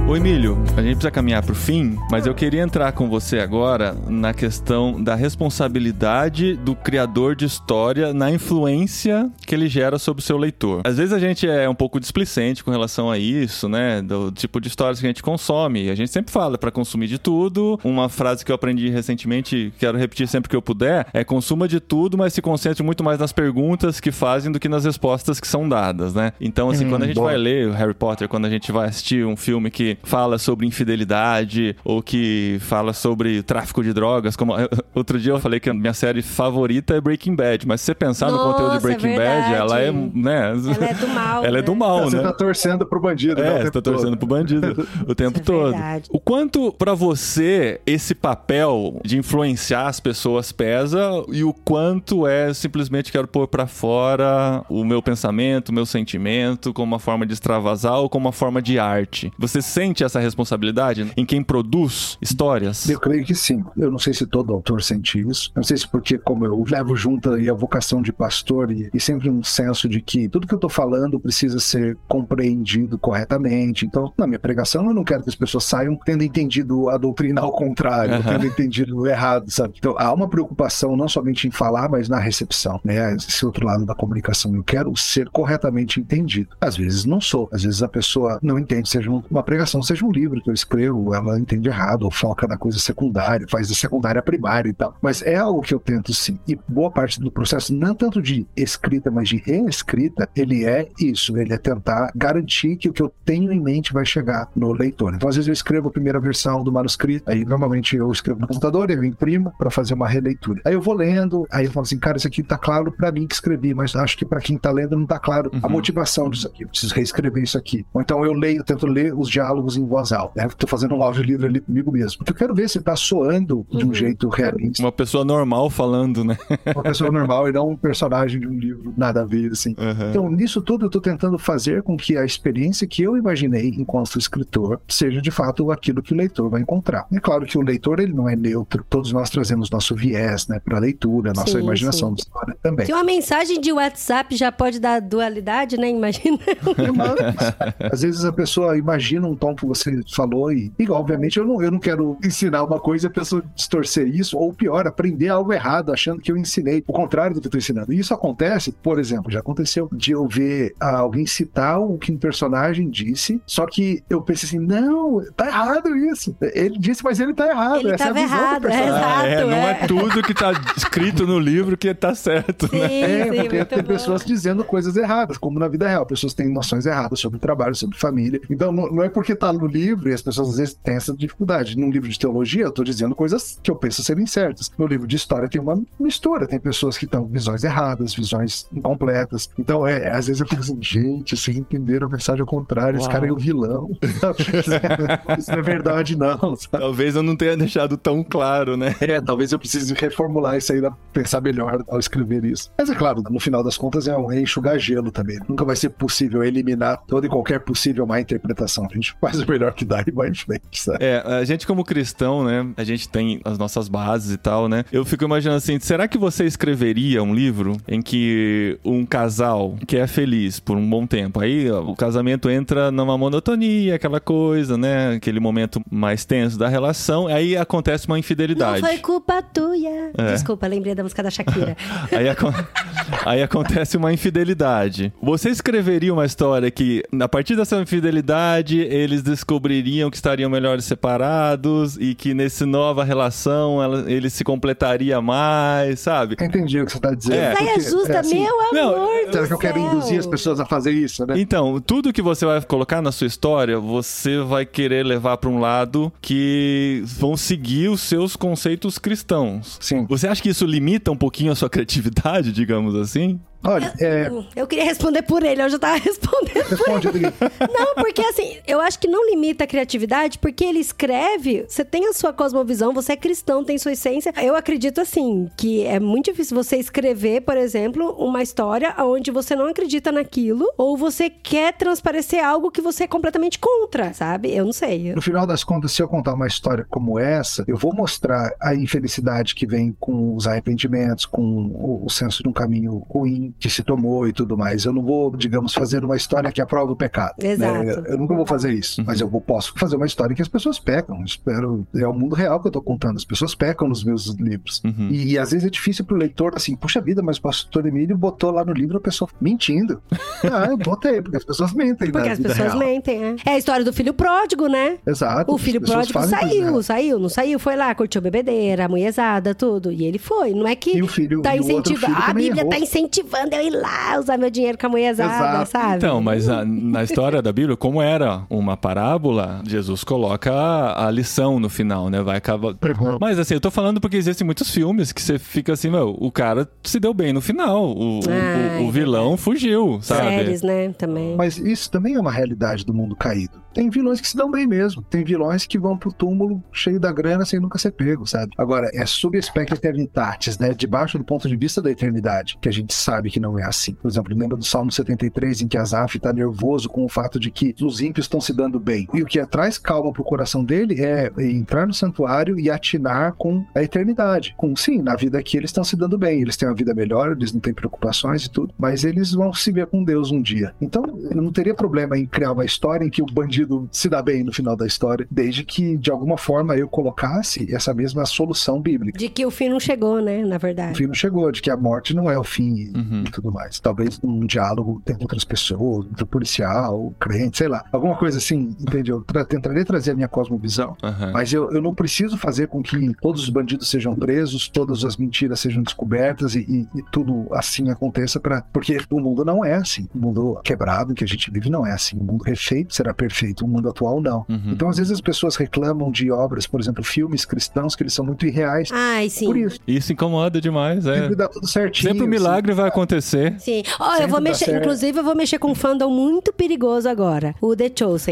Ô Emílio, a gente precisa caminhar pro fim, mas eu queria entrar com você agora na questão da responsabilidade do criador de história na influência que ele gera sobre o seu leitor. Às vezes a gente é um pouco displicente com relação a isso, né? Do tipo de histórias que a gente consome. A gente sempre fala pra consumir de tudo. Uma frase que eu aprendi recentemente, quero repetir sempre que eu puder, é: consuma de tudo, mas se concentre muito mais nas perguntas que fazem do que nas respostas que são dadas, né? Então, assim, hum, quando a gente bom. vai ler o Harry Potter, quando a gente vai assistir um filme que fala sobre infidelidade ou que fala sobre tráfico de drogas, como outro dia eu falei que a minha série favorita é Breaking Bad, mas se você pensar Nossa, no conteúdo de Breaking é Bad, ela é, né? Ela é do mal. Ela né? é do mal, você né? tá torcendo pro bandido, né? É, você tá torcendo pro bandido o tempo Isso é todo. verdade. O quanto pra você esse papel de influenciar as pessoas pesa e o quanto é simplesmente quero pôr pra fora o meu pensamento, o meu sentimento como uma forma de extravasar ou como uma forma de arte? Você sente essa responsabilidade em quem produz histórias? Eu creio que sim. Eu não sei se todo autor sente isso. Não sei se porque, como eu levo junto aí a vocação de pastor e, e sempre um senso de que tudo que eu tô falando precisa ser compreendido corretamente. Então, na minha pregação, eu não quero que as pessoas saiam tendo entendido a doutrina ao contrário, uhum. tendo entendido errado, sabe? Então, há uma preocupação não somente em falar, mas na recepção, né? Esse outro lado da comunicação. Eu quero ser corretamente entendido. Às vezes não sou. Às vezes a pessoa não entende, seja uma pregação, seja um livro que eu escrevo, ela entende errado, ou foca na coisa secundária, faz da secundária a primária e tal. Mas é algo que eu tento sim. E boa parte do processo, não tanto de escrita, mas de reescrita, ele é isso. Ele é tentar garantir que o que eu tenho em mente vai chegar no leitor. Então, às vezes eu escrevo a primeira versão do manuscrito, aí normalmente eu escrevo no computador, eu imprimo para fazer uma releitura. Aí eu vou lendo, aí eu falo assim, cara, isso aqui tá claro pra mim que escrevi, mas acho que pra quem tá lendo não tá claro uhum. a motivação disso aqui. Eu preciso reescrever isso aqui. Ou então eu leio, tento ler os diálogos em voz alta, né? Tô fazendo um audiolivro ali comigo mesmo. Porque eu quero ver se tá soando de um uhum. jeito realista. Uma pessoa normal falando, né? Uma pessoa normal e não um personagem de um livro nada a ver, assim. Uhum. Então, nisso tudo eu tô tentando fazer com que a experiência que eu imaginei enquanto escritor seja de fato aquilo que o leitor vai encontrar. É claro que o leitor, ele não é neutro. Todos nós trazemos nosso viés, né, pra leitura, nossa sim, imaginação da história também. Que uma mensagem de WhatsApp já pode dar dualidade, né? Imagina. Às vezes a pessoa imagina um tom que você falou e, e obviamente, eu não, eu não quero ensinar uma coisa e a pessoa distorcer isso, ou pior, aprender algo errado, achando que eu ensinei o contrário do que eu tô ensinando. E isso acontece, por exemplo, já aconteceu de eu ver alguém citar o que um personagem disse, só que eu pensei assim, não, tá errado isso. Ele disse, mas ele tá errado. Ele Essa tava é a visão errado, do é exato. Ah, é, não é. é tudo que tá escrito no livro que tá certo, sim, né? É, sim, porque tem bom. pessoas dizendo coisas erradas, como na vida real. Pessoas têm noções erradas sobre trabalho, sobre família. Então, não, não é porque tá no livro e as pessoas às vezes têm essa dificuldade. Num livro de teologia, eu tô dizendo coisas que eu penso serem certas. No livro de história tem uma mistura. Tem pessoas que estão visões erradas, visões incompletas. Então, é, às vezes eu penso assim, gente, vocês entenderam a mensagem ao contrário. Uau. Esse cara é o vilão. Isso não é verdade, não. Sabe? Talvez eu não tenha deixado tão claro, né? É, talvez eu precise reformular isso aí, pensar melhor ao escrever isso. Mas é claro, no final das contas é um enxugar gelo também. Nunca vai ser possível eliminar toda e qualquer possível má interpretação. A gente faz o melhor que dá e vai em frente, sabe? É, a gente como cristão, né, a gente tem as nossas bases e tal, né? Eu fico imaginando assim, será que você escreveria um livro em que um casal que é feliz por um bom tempo, aí ó, o casamento entra numa monotonia, aquela coisa, né? Aquele momento mais tenso da relação, aí acontece uma infidelidade. Não foi culpa tua. É. Desculpa, lembrei da música da Shakira. aí, aco... aí acontece uma infidelidade. Você escreveria uma história que, a partir dessa infidelidade, eles descobririam que estariam melhores separados e que nessa nova relação ela, eles se completaria mais, sabe? Entendi o que você tá dizendo. É. Saia justa, é assim, meu amor não, do será que eu quero céu. induzir as pessoas a fazer isso, né? Então, tudo que você vai colocar na sua história, você vai querer levar para um lado que vão seguir os seus conceitos cristãos. Sim. Você acha que isso limita um pouquinho a sua criatividade, digamos assim? Olha, é... Eu queria responder por ele, eu já tava respondendo Responde, por ele. Não, porque assim, eu acho que não limita a criatividade, porque ele escreve, você tem a sua cosmovisão, você é cristão, tem sua essência. Eu acredito assim, que é muito difícil você escrever, por exemplo, uma história onde você não acredita naquilo, ou você quer transparecer algo que você é completamente contra, sabe? Eu não sei. No final das contas, se eu contar uma história como essa, eu vou mostrar a infelicidade que vem com os arrependimentos, com o, o senso de um caminho ruim, decisão que se tomou e tudo mais. Eu não vou, digamos, fazer uma história que aprova o pecado. Exato. Né? Eu nunca vou fazer isso, mas eu vou, posso fazer uma história que as pessoas pecam. Espero, é o mundo real que eu tô contando. As pessoas pecam nos meus livros. Uhum. E, e às vezes é difícil pro leitor, assim, puxa vida, mas o pastor Emílio botou lá no livro a pessoa mentindo. Ah, eu botei, porque as pessoas mentem Porque na as vida pessoas real. mentem, é. É a história do filho pródigo, né? Exato. O filho as pessoas pródigo fazem coisas saiu, erradas. saiu, não saiu, foi lá, curtiu a bebedeira, a mulherzada, tudo. E ele foi. Não é que E o filho, tá e o outro incentivando. filho A também Bíblia errou. tá incentivando eu ir lá usar meu dinheiro com a mulherzada, Exato. sabe? Então, mas a- na história da Bíblia, como era uma parábola, Jesus coloca a, a lição no final, né? Vai acabar... Mas assim, eu tô falando porque existem muitos filmes que você fica assim, meu, o cara se deu bem no final. O, o- Ah, o, o é vilão fugiu, sabe? Séries, né? Também. Mas isso também é uma realidade do mundo caído. Tem vilões que se dão bem mesmo. Tem vilões que vão pro túmulo cheio da grana sem nunca ser pego, sabe? Agora, é sub spec eternitatis, né? Debaixo do ponto de vista da eternidade, que a gente sabe que não é assim. Por exemplo, lembra do Salmo setenta e três, em que Asaf tá nervoso com o fato de que os ímpios estão se dando bem. E o que traz calma pro coração dele é entrar no santuário e atinar com a eternidade. Com, sim, na vida aqui eles estão se dando bem. Eles têm uma vida melhor, eles não têm preocupações e tudo, mas eles vão se ver com Deus um dia. Então, eu não teria problema em criar uma história em que o bandido se dá bem no final da história, desde que, de alguma forma, eu colocasse essa mesma solução bíblica. De que o fim não chegou, né? Na O verdade. fim não chegou, de que a morte não é o fim e, Uhum. e tudo mais. Talvez um diálogo entre outras pessoas, entre o policial, o crente, sei lá. Alguma coisa assim, entendeu? Eu tra- tentaria trazer a minha cosmovisão, Aham. mas eu, eu não preciso fazer com que todos os bandidos sejam presos, todas as mentiras sejam descobertas e, e- e tudo assim aconteça, pra, porque o mundo não é assim. O mundo quebrado em que a gente vive não é assim. O mundo refeito será perfeito, o mundo atual não. Uhum. Então, às vezes, as pessoas reclamam de obras, por exemplo, filmes cristãos, que eles são muito irreais. Ai, sim. Por isso, Isso incomoda demais, é. sempre dá tudo certinho. Sempre um milagre vai acontecer. Sim. Ó, eu Sempre vou dá mexer, certo. inclusive eu vou mexer com um fandom muito perigoso agora, o The Chosen.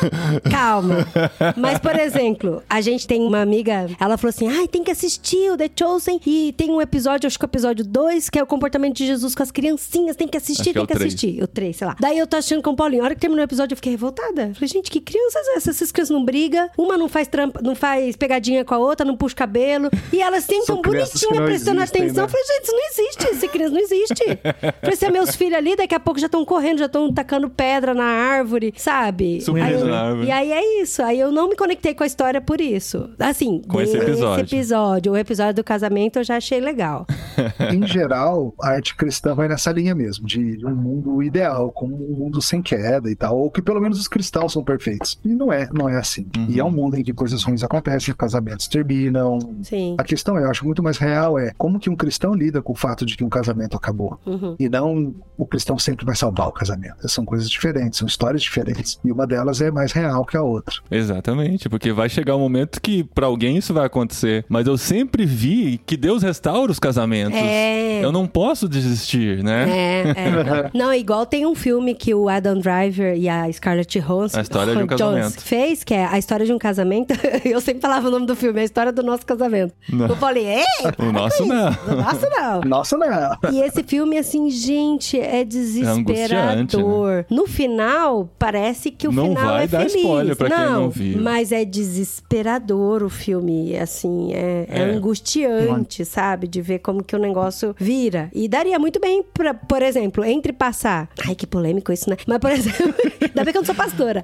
Calma. Mas, por exemplo, a gente tem uma amiga, ela falou assim, ai, tem que assistir o The Chosen e tem um episódio, acho que é o episódio dois, que é o comportamento de Jesus com as criancinhas, tem que assistir, Acho que é tem o que três. assistir. O três, sei lá. Daí eu tô assistindo com o Paulinho, a hora que terminou o episódio eu fiquei revoltada. Falei, gente, que crianças essas? Essas crianças não brigam, uma não faz trampa, não faz pegadinha com a outra, não puxa o cabelo, e elas sentam São crianças que bonitinha não prestando existem, atenção. né? Eu falei, gente, isso não existe, essa criança não existe. Falei, se é meus filhos ali, daqui a pouco já estão correndo, já estão tacando pedra na árvore, sabe? Subindo Aí eu- na árvore. E aí é isso, aí eu não me conectei com a história por isso. Assim, Com esse episódio. episódio, o episódio do casamento eu já achei legal. Em geral, a arte cristã vai nessa linha mesmo, de um mundo ideal, como um mundo sem queda e tal, ou que pelo menos os cristãos são perfeitos. E não é, não é assim. Uhum. E é um mundo em que coisas ruins acontecem, casamentos terminam. Sim. A questão, eu acho muito mais real, é como que um cristão lida com o fato de que um casamento acabou. Uhum. E não o cristão sempre vai salvar o casamento. São coisas diferentes, são histórias diferentes. E uma delas é mais real que a outra. Exatamente, porque vai chegar um momento que pra alguém isso vai acontecer. Mas eu sempre vi que Deus restaura os casamentos. É. Eu não posso desistir, né? É, é. Não, igual tem um filme que o Adam Driver e a Scarlett Johansson A História de um Jones Casamento. fez, que é a história de um casamento. Eu sempre falava o nome do filme, é a história do nosso casamento. Não. Eu falei, ei, O nosso não. o nosso não. Nossa, não. E esse filme, assim, gente, é angustiante, desesperador. No final, parece que o Não final vai é dar feliz. spoiler pra quem não viu. Mas é desesperador o filme, assim, é, é É. angustiante, sabe? De ver como que o negócio vira. E daria muito bem, pra, por exemplo, entre passar... Ai, que polêmico isso, né? Mas, por exemplo, ainda bem que eu não sou pastora.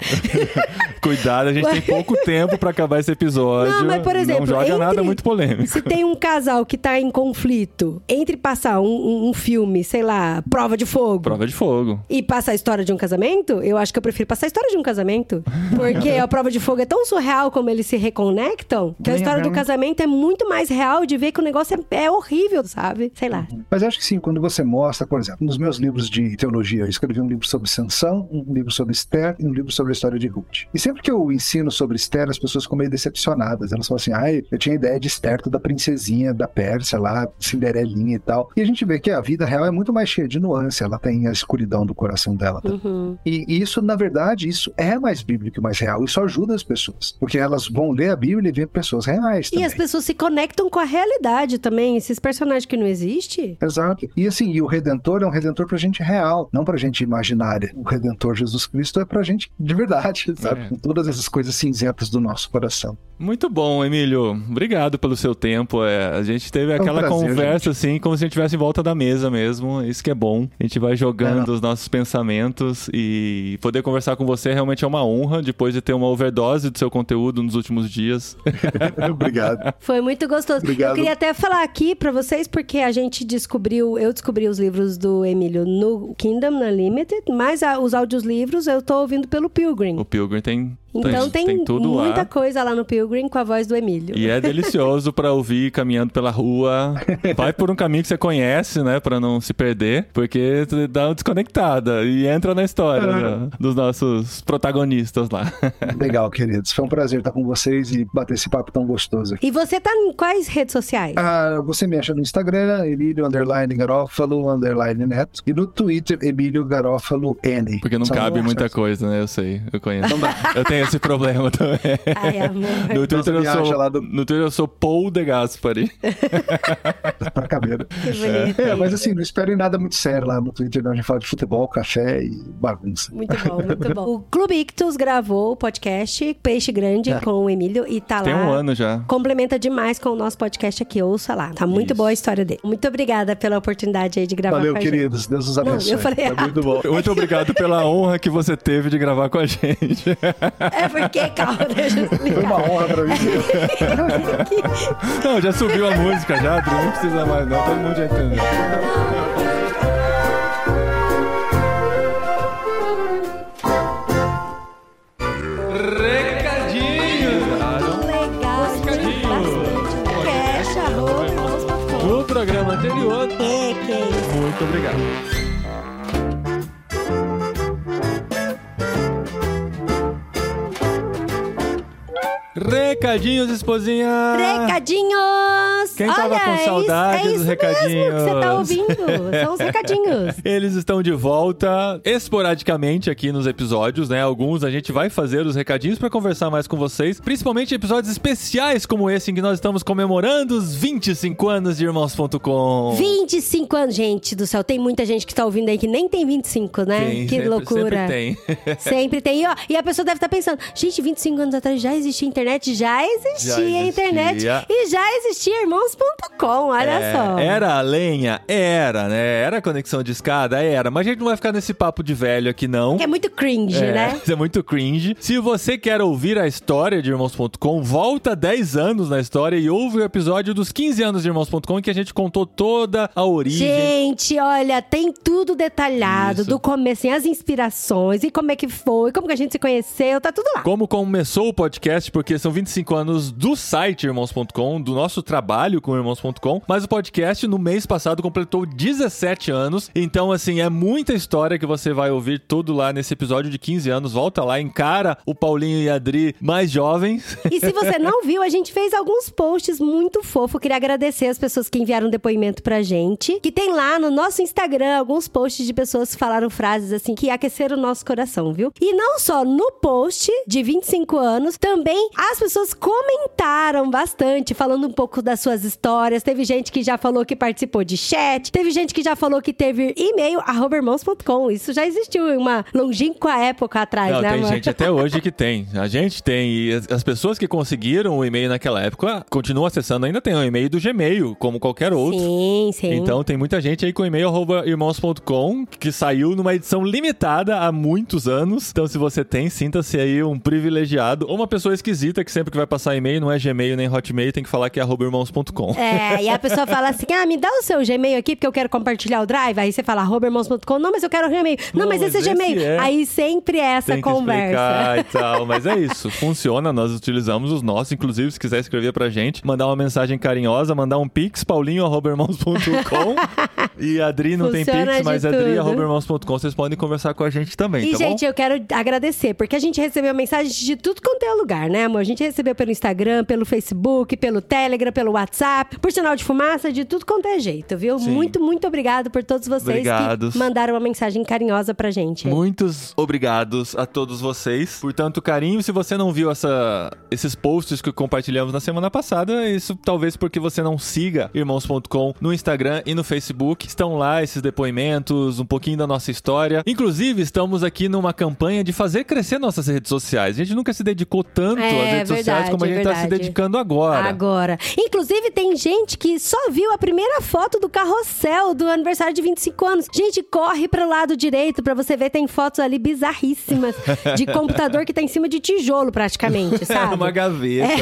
Cuidado, a gente tem pouco tempo pra acabar esse episódio. Não, mas, por exemplo, não joga entre- nada muito polêmico. Se tem um casal que tá em conflito, entre passar um, um- um filme, sei lá, Prova de Fogo, Prova de fogo. e passar a história de um casamento, eu acho que eu prefiro passar a história de um casamento. Porque a Prova de Fogo é tão surreal como eles se reconectam, que a história do casamento é muito mais real de ver que o negócio é, é horrível, sabe? Sei lá. Mas eu acho que sim, quando você mostra, por exemplo, nos meus livros de teologia, eu escrevi um livro sobre Sansão, um livro sobre Esther e um livro sobre a história de Ruth. E sempre que eu ensino sobre Esther, as pessoas ficam meio decepcionadas. Elas falam assim, ai, eu tinha ideia de Esther, toda princesinha da Pérsia lá, Cinderelinha e tal. E a gente vê que a vida real é muito mais cheia de nuance, ela tem a escuridão do coração dela. Uhum. E isso, na verdade, isso é mais bíblico e mais real. Isso ajuda as pessoas. Porque elas vão ler a Bíblia e ver pessoas reais E também. as pessoas se conectam com a realidade também. Esses personagens que não existem. Exato. E assim, e o Redentor é um Redentor pra gente real, não pra gente imaginária. O Redentor Jesus Cristo é pra gente de verdade, sabe? É. Com todas essas coisas cinzentas do nosso coração. Muito bom, Emílio. Obrigado pelo seu tempo. É, a gente teve aquela um prazer, conversa, assim, como se a gente estivesse em volta da mesa mesmo. Isso que é bom. A gente vai jogando É. os nossos pensamentos e poder conversar com você realmente é uma honra, depois de ter uma overdose do seu conteúdo nos últimos dias. Obrigado. Foi muito gostoso. Obrigado. Eu queria até falar aqui pra vocês, porque a gente descobriu, eu descobri os livros do Emílio no Kingdom Unlimited, mas a, os audiolivros eu tô ouvindo pelo Pilgrim. O Pilgrim tem, Então tem, tem tudo muita lá. coisa lá no Pilgrim com a voz do Emílio. E é delicioso pra ouvir caminhando pela rua. Vai por um caminho que você conhece, né? Pra não se perder. Porque tu dá uma desconectada e entra na história né, dos nossos protagonistas lá. Legal, queridos. Foi um prazer estar com vocês e bater esse papo tão gostoso aqui. E você tá em quais redes sociais? Ah, você me acha no Instagram, Emílio Underline Garófalo Underline Neto. E no Twitter, Emílio Garófalo N. Porque não São cabe as muita redes. coisa, né? Eu sei, eu conheço. Eu tenho esse problema também. Ai, amor. No Twitter, eu me acha sou, lá do- no Twitter eu sou Paul de Gaspari. Pra cabeça. Que bonito. É, mas assim, não esperem nada muito sério lá no Twitter, não. A gente fala de futebol, café e bagunça. Muito bom, muito bom. O Clube Ictus gravou o podcast Peixe Grande com o Emílio e tá Tem lá. um ano já. Complementa demais com o nosso podcast aqui, ouça lá. Tá muito Isso. boa a história dele. Muito obrigada pela oportunidade aí de gravar Valeu, com a queridos. Deus os Não, abençoe. eu falei é errado. muito bom. Muito obrigado pela honra que você teve de gravar com a gente. gente. É porque, calma, deixa eu explicar. Foi uma honra pra mim. Não, já subiu a música já, Adri, não precisa mais não, todo mundo já entendeu. Recadinhos! Legal, gente, bastante. Cash, arroba, irmãos ponto com. No programa anterior, É, que é isso. muito obrigado. Recadinhos, esposinha! Recadinhos! Quem tava Olha, com é isso- saudades é isso dos mesmo recadinhos? que você tá ouvindo. São os recadinhos. Eles estão de volta esporadicamente aqui nos episódios, né? Alguns a gente vai fazer os recadinhos pra conversar mais com vocês, principalmente episódios especiais como esse em que nós estamos comemorando os vinte e cinco anos de Irmãos ponto com. vinte e cinco anos, gente do céu. Tem muita gente que tá ouvindo aí que nem tem vinte e cinco, né? Tem, que sempre- loucura. Sempre tem. Sempre tem. E, ó, e a pessoa deve estar pensando, gente, vinte e cinco anos atrás já existia internet? Já existia, Já existia. internet. E já existia irmãos ponto com, olha É, só. Era a lenha? Era, né? Era a conexão de escada? Era. Mas a gente não vai ficar nesse papo de velho aqui, não. Que é muito cringe, É, né? isso é muito cringe. Se você quer ouvir a história de Irmãos ponto com, volta dez anos na história e ouve o episódio dos quinze anos de Irmãos ponto com, em que a gente contou toda a origem. Gente, olha, tem tudo detalhado, Isso. do começo, assim, as inspirações, e como é que foi, como que a gente se conheceu, tá tudo lá. Como começou o podcast, porque são vinte e cinco anos do site Irmãos ponto com, do nosso trabalho com Irmãos ponto com, mas o podcast no mês passado completou dezessete anos, então assim, é muita história que você vai ouvir tudo lá nesse episódio de quinze anos. Volta lá, encara o Paulinho e a Adri mais jovens. E se você não viu, a gente fez alguns posts muito fofos. Queria agradecer as pessoas que enviaram depoimento pra gente. Que tem lá no nosso Instagram alguns posts de pessoas que falaram frases assim que aqueceram o nosso coração, viu? E não só no post de vinte e cinco anos, também as pessoas comentaram bastante, falando um pouco das suas histórias. Teve gente que já falou que participou de chat, teve gente que já falou que teve e-mail, arroba irmãos ponto com. Isso já existiu em uma longínqua época atrás, Não, né, tem amor? gente até hoje que tem. A gente tem. E as, as pessoas que conseguiram o e-mail naquela época continuam acessando, ainda tem o e-mail do Gmail, como qualquer outro. Sim, sim. Então tem muita gente aí com e-mail arroba irmãos ponto com, que saiu numa edição limitada há muitos anos. Então se você tem, sinta-se aí um privilegiado. Ou uma pessoa esquisita que sempre que vai passar e-mail, não é Gmail nem Hotmail, tem que falar que é arroba irmãos ponto com. É, e a pessoa fala assim, ah, me dá o seu Gmail aqui, porque eu quero compartilhar o Drive. Aí você fala, arroba irmãos ponto com. Não, mas eu quero o Gmail. Não, Não, mas esse é mas esse Gmail. é. Aí sempre é essa Tem que conversa. explicar e tal, mas é isso, funciona, nós utilizamos os nossos, inclusive se quiser escrever pra gente, mandar uma mensagem carinhosa, mandar um pix, paulinho arroba irmãos ponto com, e a Adri não tem Funciona pix, de mas adri tudo. arroba irmãos ponto com, vocês podem conversar com a gente também, E, tá gente, bom? eu quero agradecer, porque a gente recebeu mensagens de tudo quanto é lugar, né, amor? A gente recebeu pelo Instagram, pelo Facebook, pelo Telegram, pelo WhatsApp, por sinal de fumaça, de tudo quanto é jeito, viu? Sim. Muito, muito obrigado por todos vocês Obrigados. que mandaram uma mensagem carinhosa pra gente. Muitos obrigados a todos vocês por tanto carinho. Se você não viu essa, esses posts que compartilhamos na semana passada, isso talvez porque você não siga irmãos ponto com no Instagram e no Facebook. Estão lá esses depoimentos, um pouquinho da nossa história. Inclusive, estamos aqui numa campanha de fazer crescer nossas redes sociais. A gente nunca se dedicou tanto É, às nas redes sociais, verdade, como a é gente tá se verdade. dedicando agora. Agora. Inclusive, tem gente que só viu a primeira foto do carrossel do aniversário de vinte e cinco anos. Gente, corre pro lado direito pra você ver, tem fotos ali bizarríssimas de computador que tá em cima de tijolo, praticamente, sabe? Era uma gaveta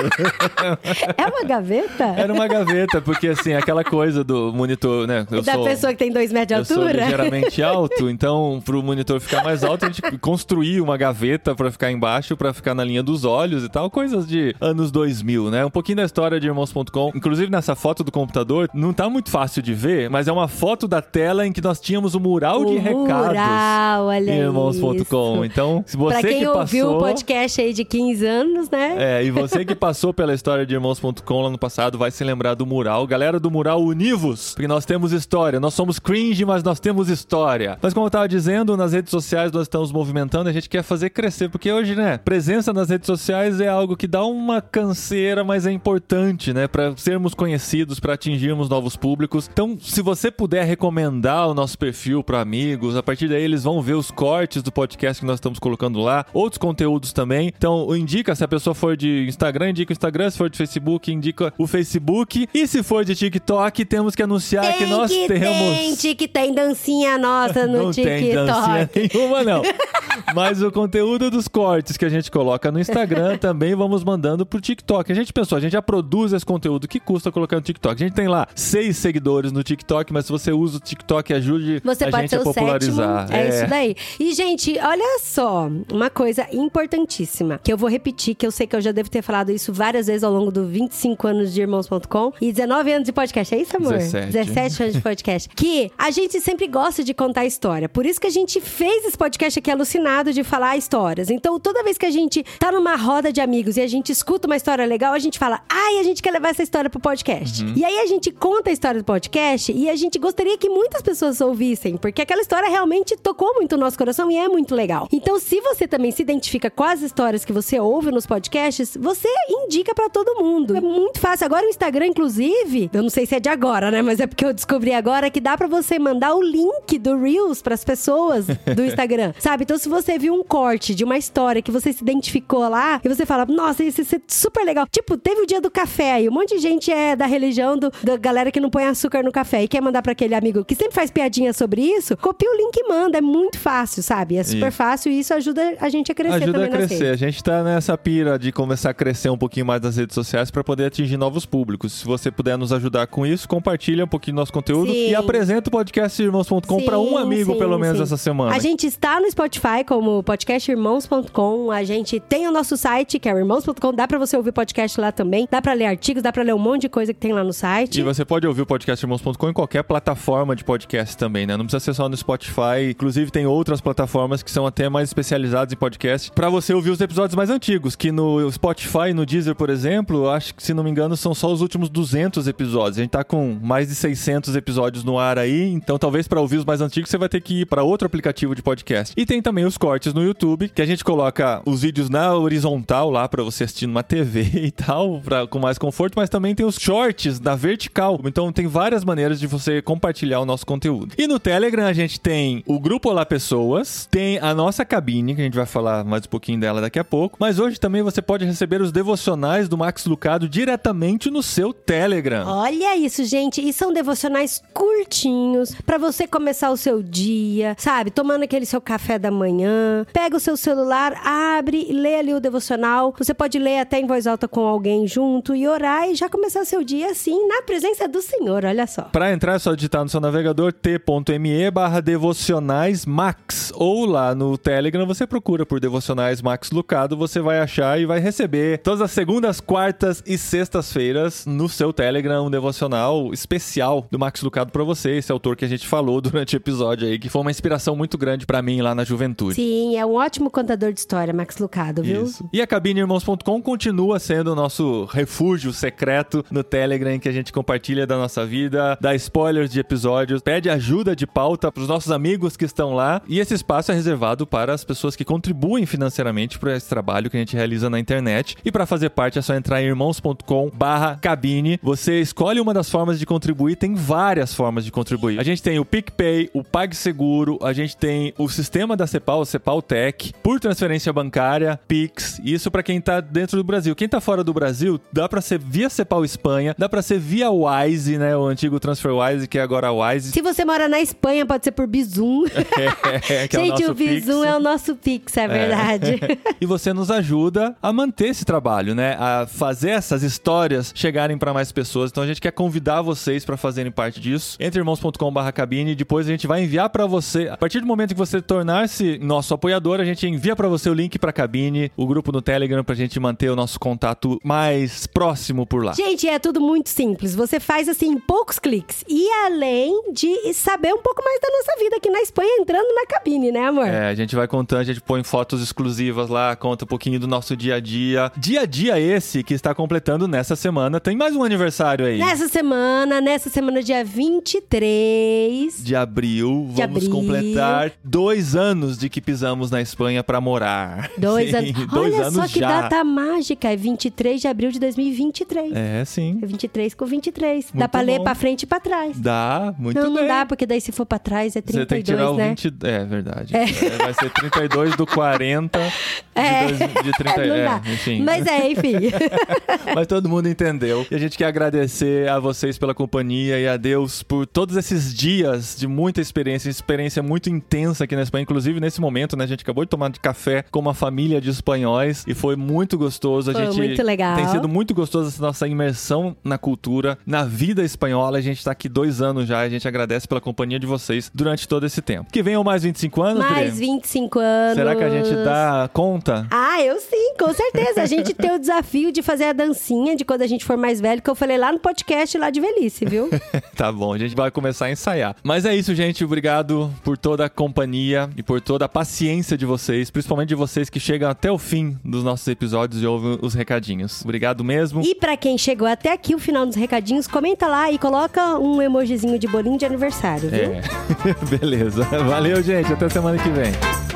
aqui. É uma gaveta? Era uma gaveta, porque assim, aquela coisa do monitor, né? Eu da sou, pessoa que tem dois metros de eu altura? sou ligeiramente alto, então pro monitor ficar mais alto, a gente construía uma gaveta pra ficar embaixo, pra ficar na linha dos olhos e tal, coisas de anos dois mil, né? Um pouquinho da história de irmãos ponto com. Inclusive nessa foto do computador, não tá muito fácil de ver, mas é uma foto da tela em que nós tínhamos o mural O de recados mural, olha em irmãos ponto com. isso. Então, se você Pra quem que ouviu passou... o podcast aí de quinze anos, né? É, e você que passou pela história de irmãos ponto com lá no passado vai se lembrar do mural. Galera do mural, univos, porque nós temos história. Nós somos cringe, mas nós temos história. Mas como eu tava dizendo, nas redes sociais nós estamos movimentando, a gente quer fazer crescer, porque hoje, né, presença nas redes sociais é algo que dá uma canseira, mas é importante, né, pra sermos conhecidos, pra atingirmos novos públicos. Então, se você puder recomendar o nosso perfil para amigos, a partir daí eles vão ver os cortes do podcast que nós estamos colocando lá, outros conteúdos também. Então, indica, se a pessoa for de Instagram, indica o Instagram, se for de Facebook, indica o Facebook. E se for de TikTok, temos que anunciar Tem que nós que temos... tem, que tem dancinha nossa no Não TikTok. tem dancinha nenhuma, não. Mas o conteúdo dos cortes que a gente coloca no Instagram também vamos mandando pro TikTok. A gente pensou, a gente já produz esse conteúdo, que custa colocar no TikTok. A gente tem lá seis seguidores no TikTok, mas se você usa o TikTok, ajude Você a pode gente ser a o popularizar. sétimo. É, isso daí. E, gente, olha só, uma coisa importantíssima, que eu vou repetir, que eu sei que eu já devo ter falado isso várias vezes ao longo dos vinte e cinco anos de irmãos ponto com e dezenove anos de podcast. É isso, amor? dezessete. dezessete anos de podcast. Que a gente sempre gosta de contar história. Por isso que a gente fez esse podcast aqui alucinado de falar histórias. Então, toda vez que a gente tá numa roda de amigos e a gente escuta uma história legal, a gente fala, ai, a gente quer levar essa história pro podcast. Uhum. E aí a gente conta a história do podcast e a gente gostaria que muitas pessoas ouvissem, porque aquela história realmente tocou muito o nosso coração e é muito legal. Então, se você também se identifica com as histórias que você ouve nos podcasts, você indica pra todo mundo. É muito fácil. Agora o Instagram, inclusive, eu não sei se é de agora, né? Mas é porque eu descobri agora que dá pra você mandar o link do Reels pras pessoas do Instagram, sabe? Então, se você viu um corte de uma história que você se identificou lá e você fala, nossa, isso é super legal. Tipo, teve o dia do café aí. Um monte de gente é da religião do, da galera que não põe açúcar no café e quer mandar pra aquele amigo que sempre faz piadinha sobre isso, copia o link e manda. É muito fácil, sabe? É super Isso. fácil e isso ajuda a gente a crescer Ajuda também a nas crescer. redes. A gente tá nessa pira de começar a crescer um pouquinho mais nas redes sociais para poder atingir novos públicos. Se você puder nos ajudar com isso, compartilha um pouquinho do nosso conteúdo Sim. e apresenta o podcast irmãos ponto com para um Sim, amigo, sim, pelo menos, sim. essa semana. A gente está no Spotify como podcast irmãos ponto com. A gente tem o nosso site, que é o irmãos ponto com. Dá pra você ouvir podcast lá também. Dá pra ler artigos, dá pra ler um monte de coisa que tem lá no site. E você pode ouvir o podcast irmãos ponto com em qualquer plataforma de podcast também, né? Não precisa ser só no Spotify. Inclusive, tem outras plataformas que são até mais especializadas em podcast para você ouvir os episódios mais antigos, que no Spotify, no Deezer, por exemplo, acho que, se não me engano, são só os últimos duzentos episódios. A gente tá com mais de seiscentos episódios no ar aí, então talvez para ouvir os mais antigos você vai ter que ir para outro aplicativo de podcast. E tem também os cortes no YouTube, que a gente coloca os vídeos na horizontal lá para você assistir numa T V e tal, pra, com mais conforto, mas também tem os shorts na vertical. Então tem várias maneiras de você compartilhar o nosso conteúdo. E no Telegram a gente tem o grupo Olá Pessoas, tem a nossa cabine, que a gente vai falar mais um pouquinho dela daqui a pouco, mas hoje também você pode receber os devocionais do Max Lucado diretamente no seu Telegram. Olha isso, gente. E são devocionais curtinhos pra você começar o seu dia, sabe? Tomando aquele seu café da manhã. Pega o seu celular, abre e lê ali o devocional. Você pode ler até em voz alta com alguém junto e orar e já começar o seu dia assim, na presença do Senhor. Olha só. Para entrar é só digitar no seu navegador t.me barra devocionais max, ou lá no Telegram você procura por devocionais Max Lucado, você vai achar e vai receber todas as segundas, quartas e sextas-feiras no seu Telegram um devocional especial do Max Lucado para você, esse autor que a gente falou durante o episódio aí, que foi uma inspiração muito grande para mim lá na juventude. Sim, é um ótimo contador de história, Max Lucado, viu? Isso. E a cabine irmãos ponto com continua sendo o nosso refúgio secreto no Telegram, em que a gente compartilha da nossa vida, dá spoilers de episódios, pede ajuda de pauta para os nossos amigos que estão lá. E esse espaço é reservado para as pessoas que contribuem financeiramente para esse trabalho que a gente realiza na internet. E para fazer parte é só entrar em irmãos ponto com barra cabine. Você escolhe uma das formas de contribuir, tem várias formas de contribuir. A gente tem o PicPay, o PagSeguro, a gente tem o sistema da Cepal, o Cepal Tech, por transferência bancária, Pix. E isso pra quem tá dentro do Brasil. Quem tá fora do Brasil, dá pra ser via Cepal Espanha, dá pra ser via Wise, né? O antigo TransferWise, que é agora Wise. Se você mora na Espanha, pode ser por Bizum. É, que é o Gente, nosso o Bizum Pix. é o nosso Pix, é verdade. E você nos ajuda a manter esse trabalho, né? A fazer essas histórias chegarem pra mais pessoas. Então a gente quer convidar vocês pra fazerem parte disso. entre irmãos ponto com barra cabine. Depois a gente vai enviar pra você. A partir do momento que você tornar-se nosso apoiador, a gente envia pra você o link pra cabine, o grupo no Telegram, pra gente manter o nosso contato mais próximo por lá. Gente, é tudo muito simples. Você faz assim em poucos cliques. E além de saber um pouco mais da nossa vida aqui na Espanha, entrando na cabine, né, amor? É, a gente vai contando, a gente põe fotos exclusivas lá, conta um pouquinho do nosso dia a dia. Dia a dia esse que está completando nessa semana. Tem mais um aniversário aí. Nessa semana, nessa semana, dia vinte e três De abril, De vamos abril. completar dois anos de que pisamos na Espanha pra morar. Dois Sim, anos. dois Olha anos só que já. data mágica. É vinte e três de abril de dois mil e vinte e três. É, sim. É vinte e três com vinte e três. Dá Muito pra ler bom. pra frente e pra trás. Dá, muito não, bem. não dá, porque daí se for pra trás é Você tem que trinta e dois, tirar o né? vinte... É, verdade. É, vai ser trinta e dois do quarenta É. de, dois, de trinta. Não É, dá. enfim. Mas é, enfim. Mas todo mundo entendeu. E a gente quer agradecer a vocês pela companhia e a Deus por todos esses dias de muita experiência, experiência muito intensa aqui na Espanha. Inclusive, nesse momento, né? A gente acabou de tomar de café com uma família de espanhóis e foi muito gostoso. A Foi gente muito legal. Tem sido muito gostoso essa nossa imersão na cultura, na vida espanhola. A gente tá aqui dois anos já e a gente agradece pela companhia de vocês durante todo esse tempo. Que venham mais vinte e cinco anos, Mais Dri? vinte e cinco anos. Será que a gente dá conta? Ah, eu sim, com certeza. A gente tem o desafio de fazer a dancinha de quando a gente for mais velho, que eu falei lá no podcast lá de velhice, viu? Tá bom, a gente vai começar a ensaiar. Mas é isso, gente. Obrigado por toda a companhia e por toda a paciência de vocês, principalmente de vocês que chegam até o fim dos nossos episódios e ouvem os recadinhos. Obrigado mesmo. E pra quem chegou até aqui, o final dos recadinhos, comenta lá e coloca um emojizinho de bolinho de aniversário, viu? É. Beleza. Valeu, gente. Até semana que vem.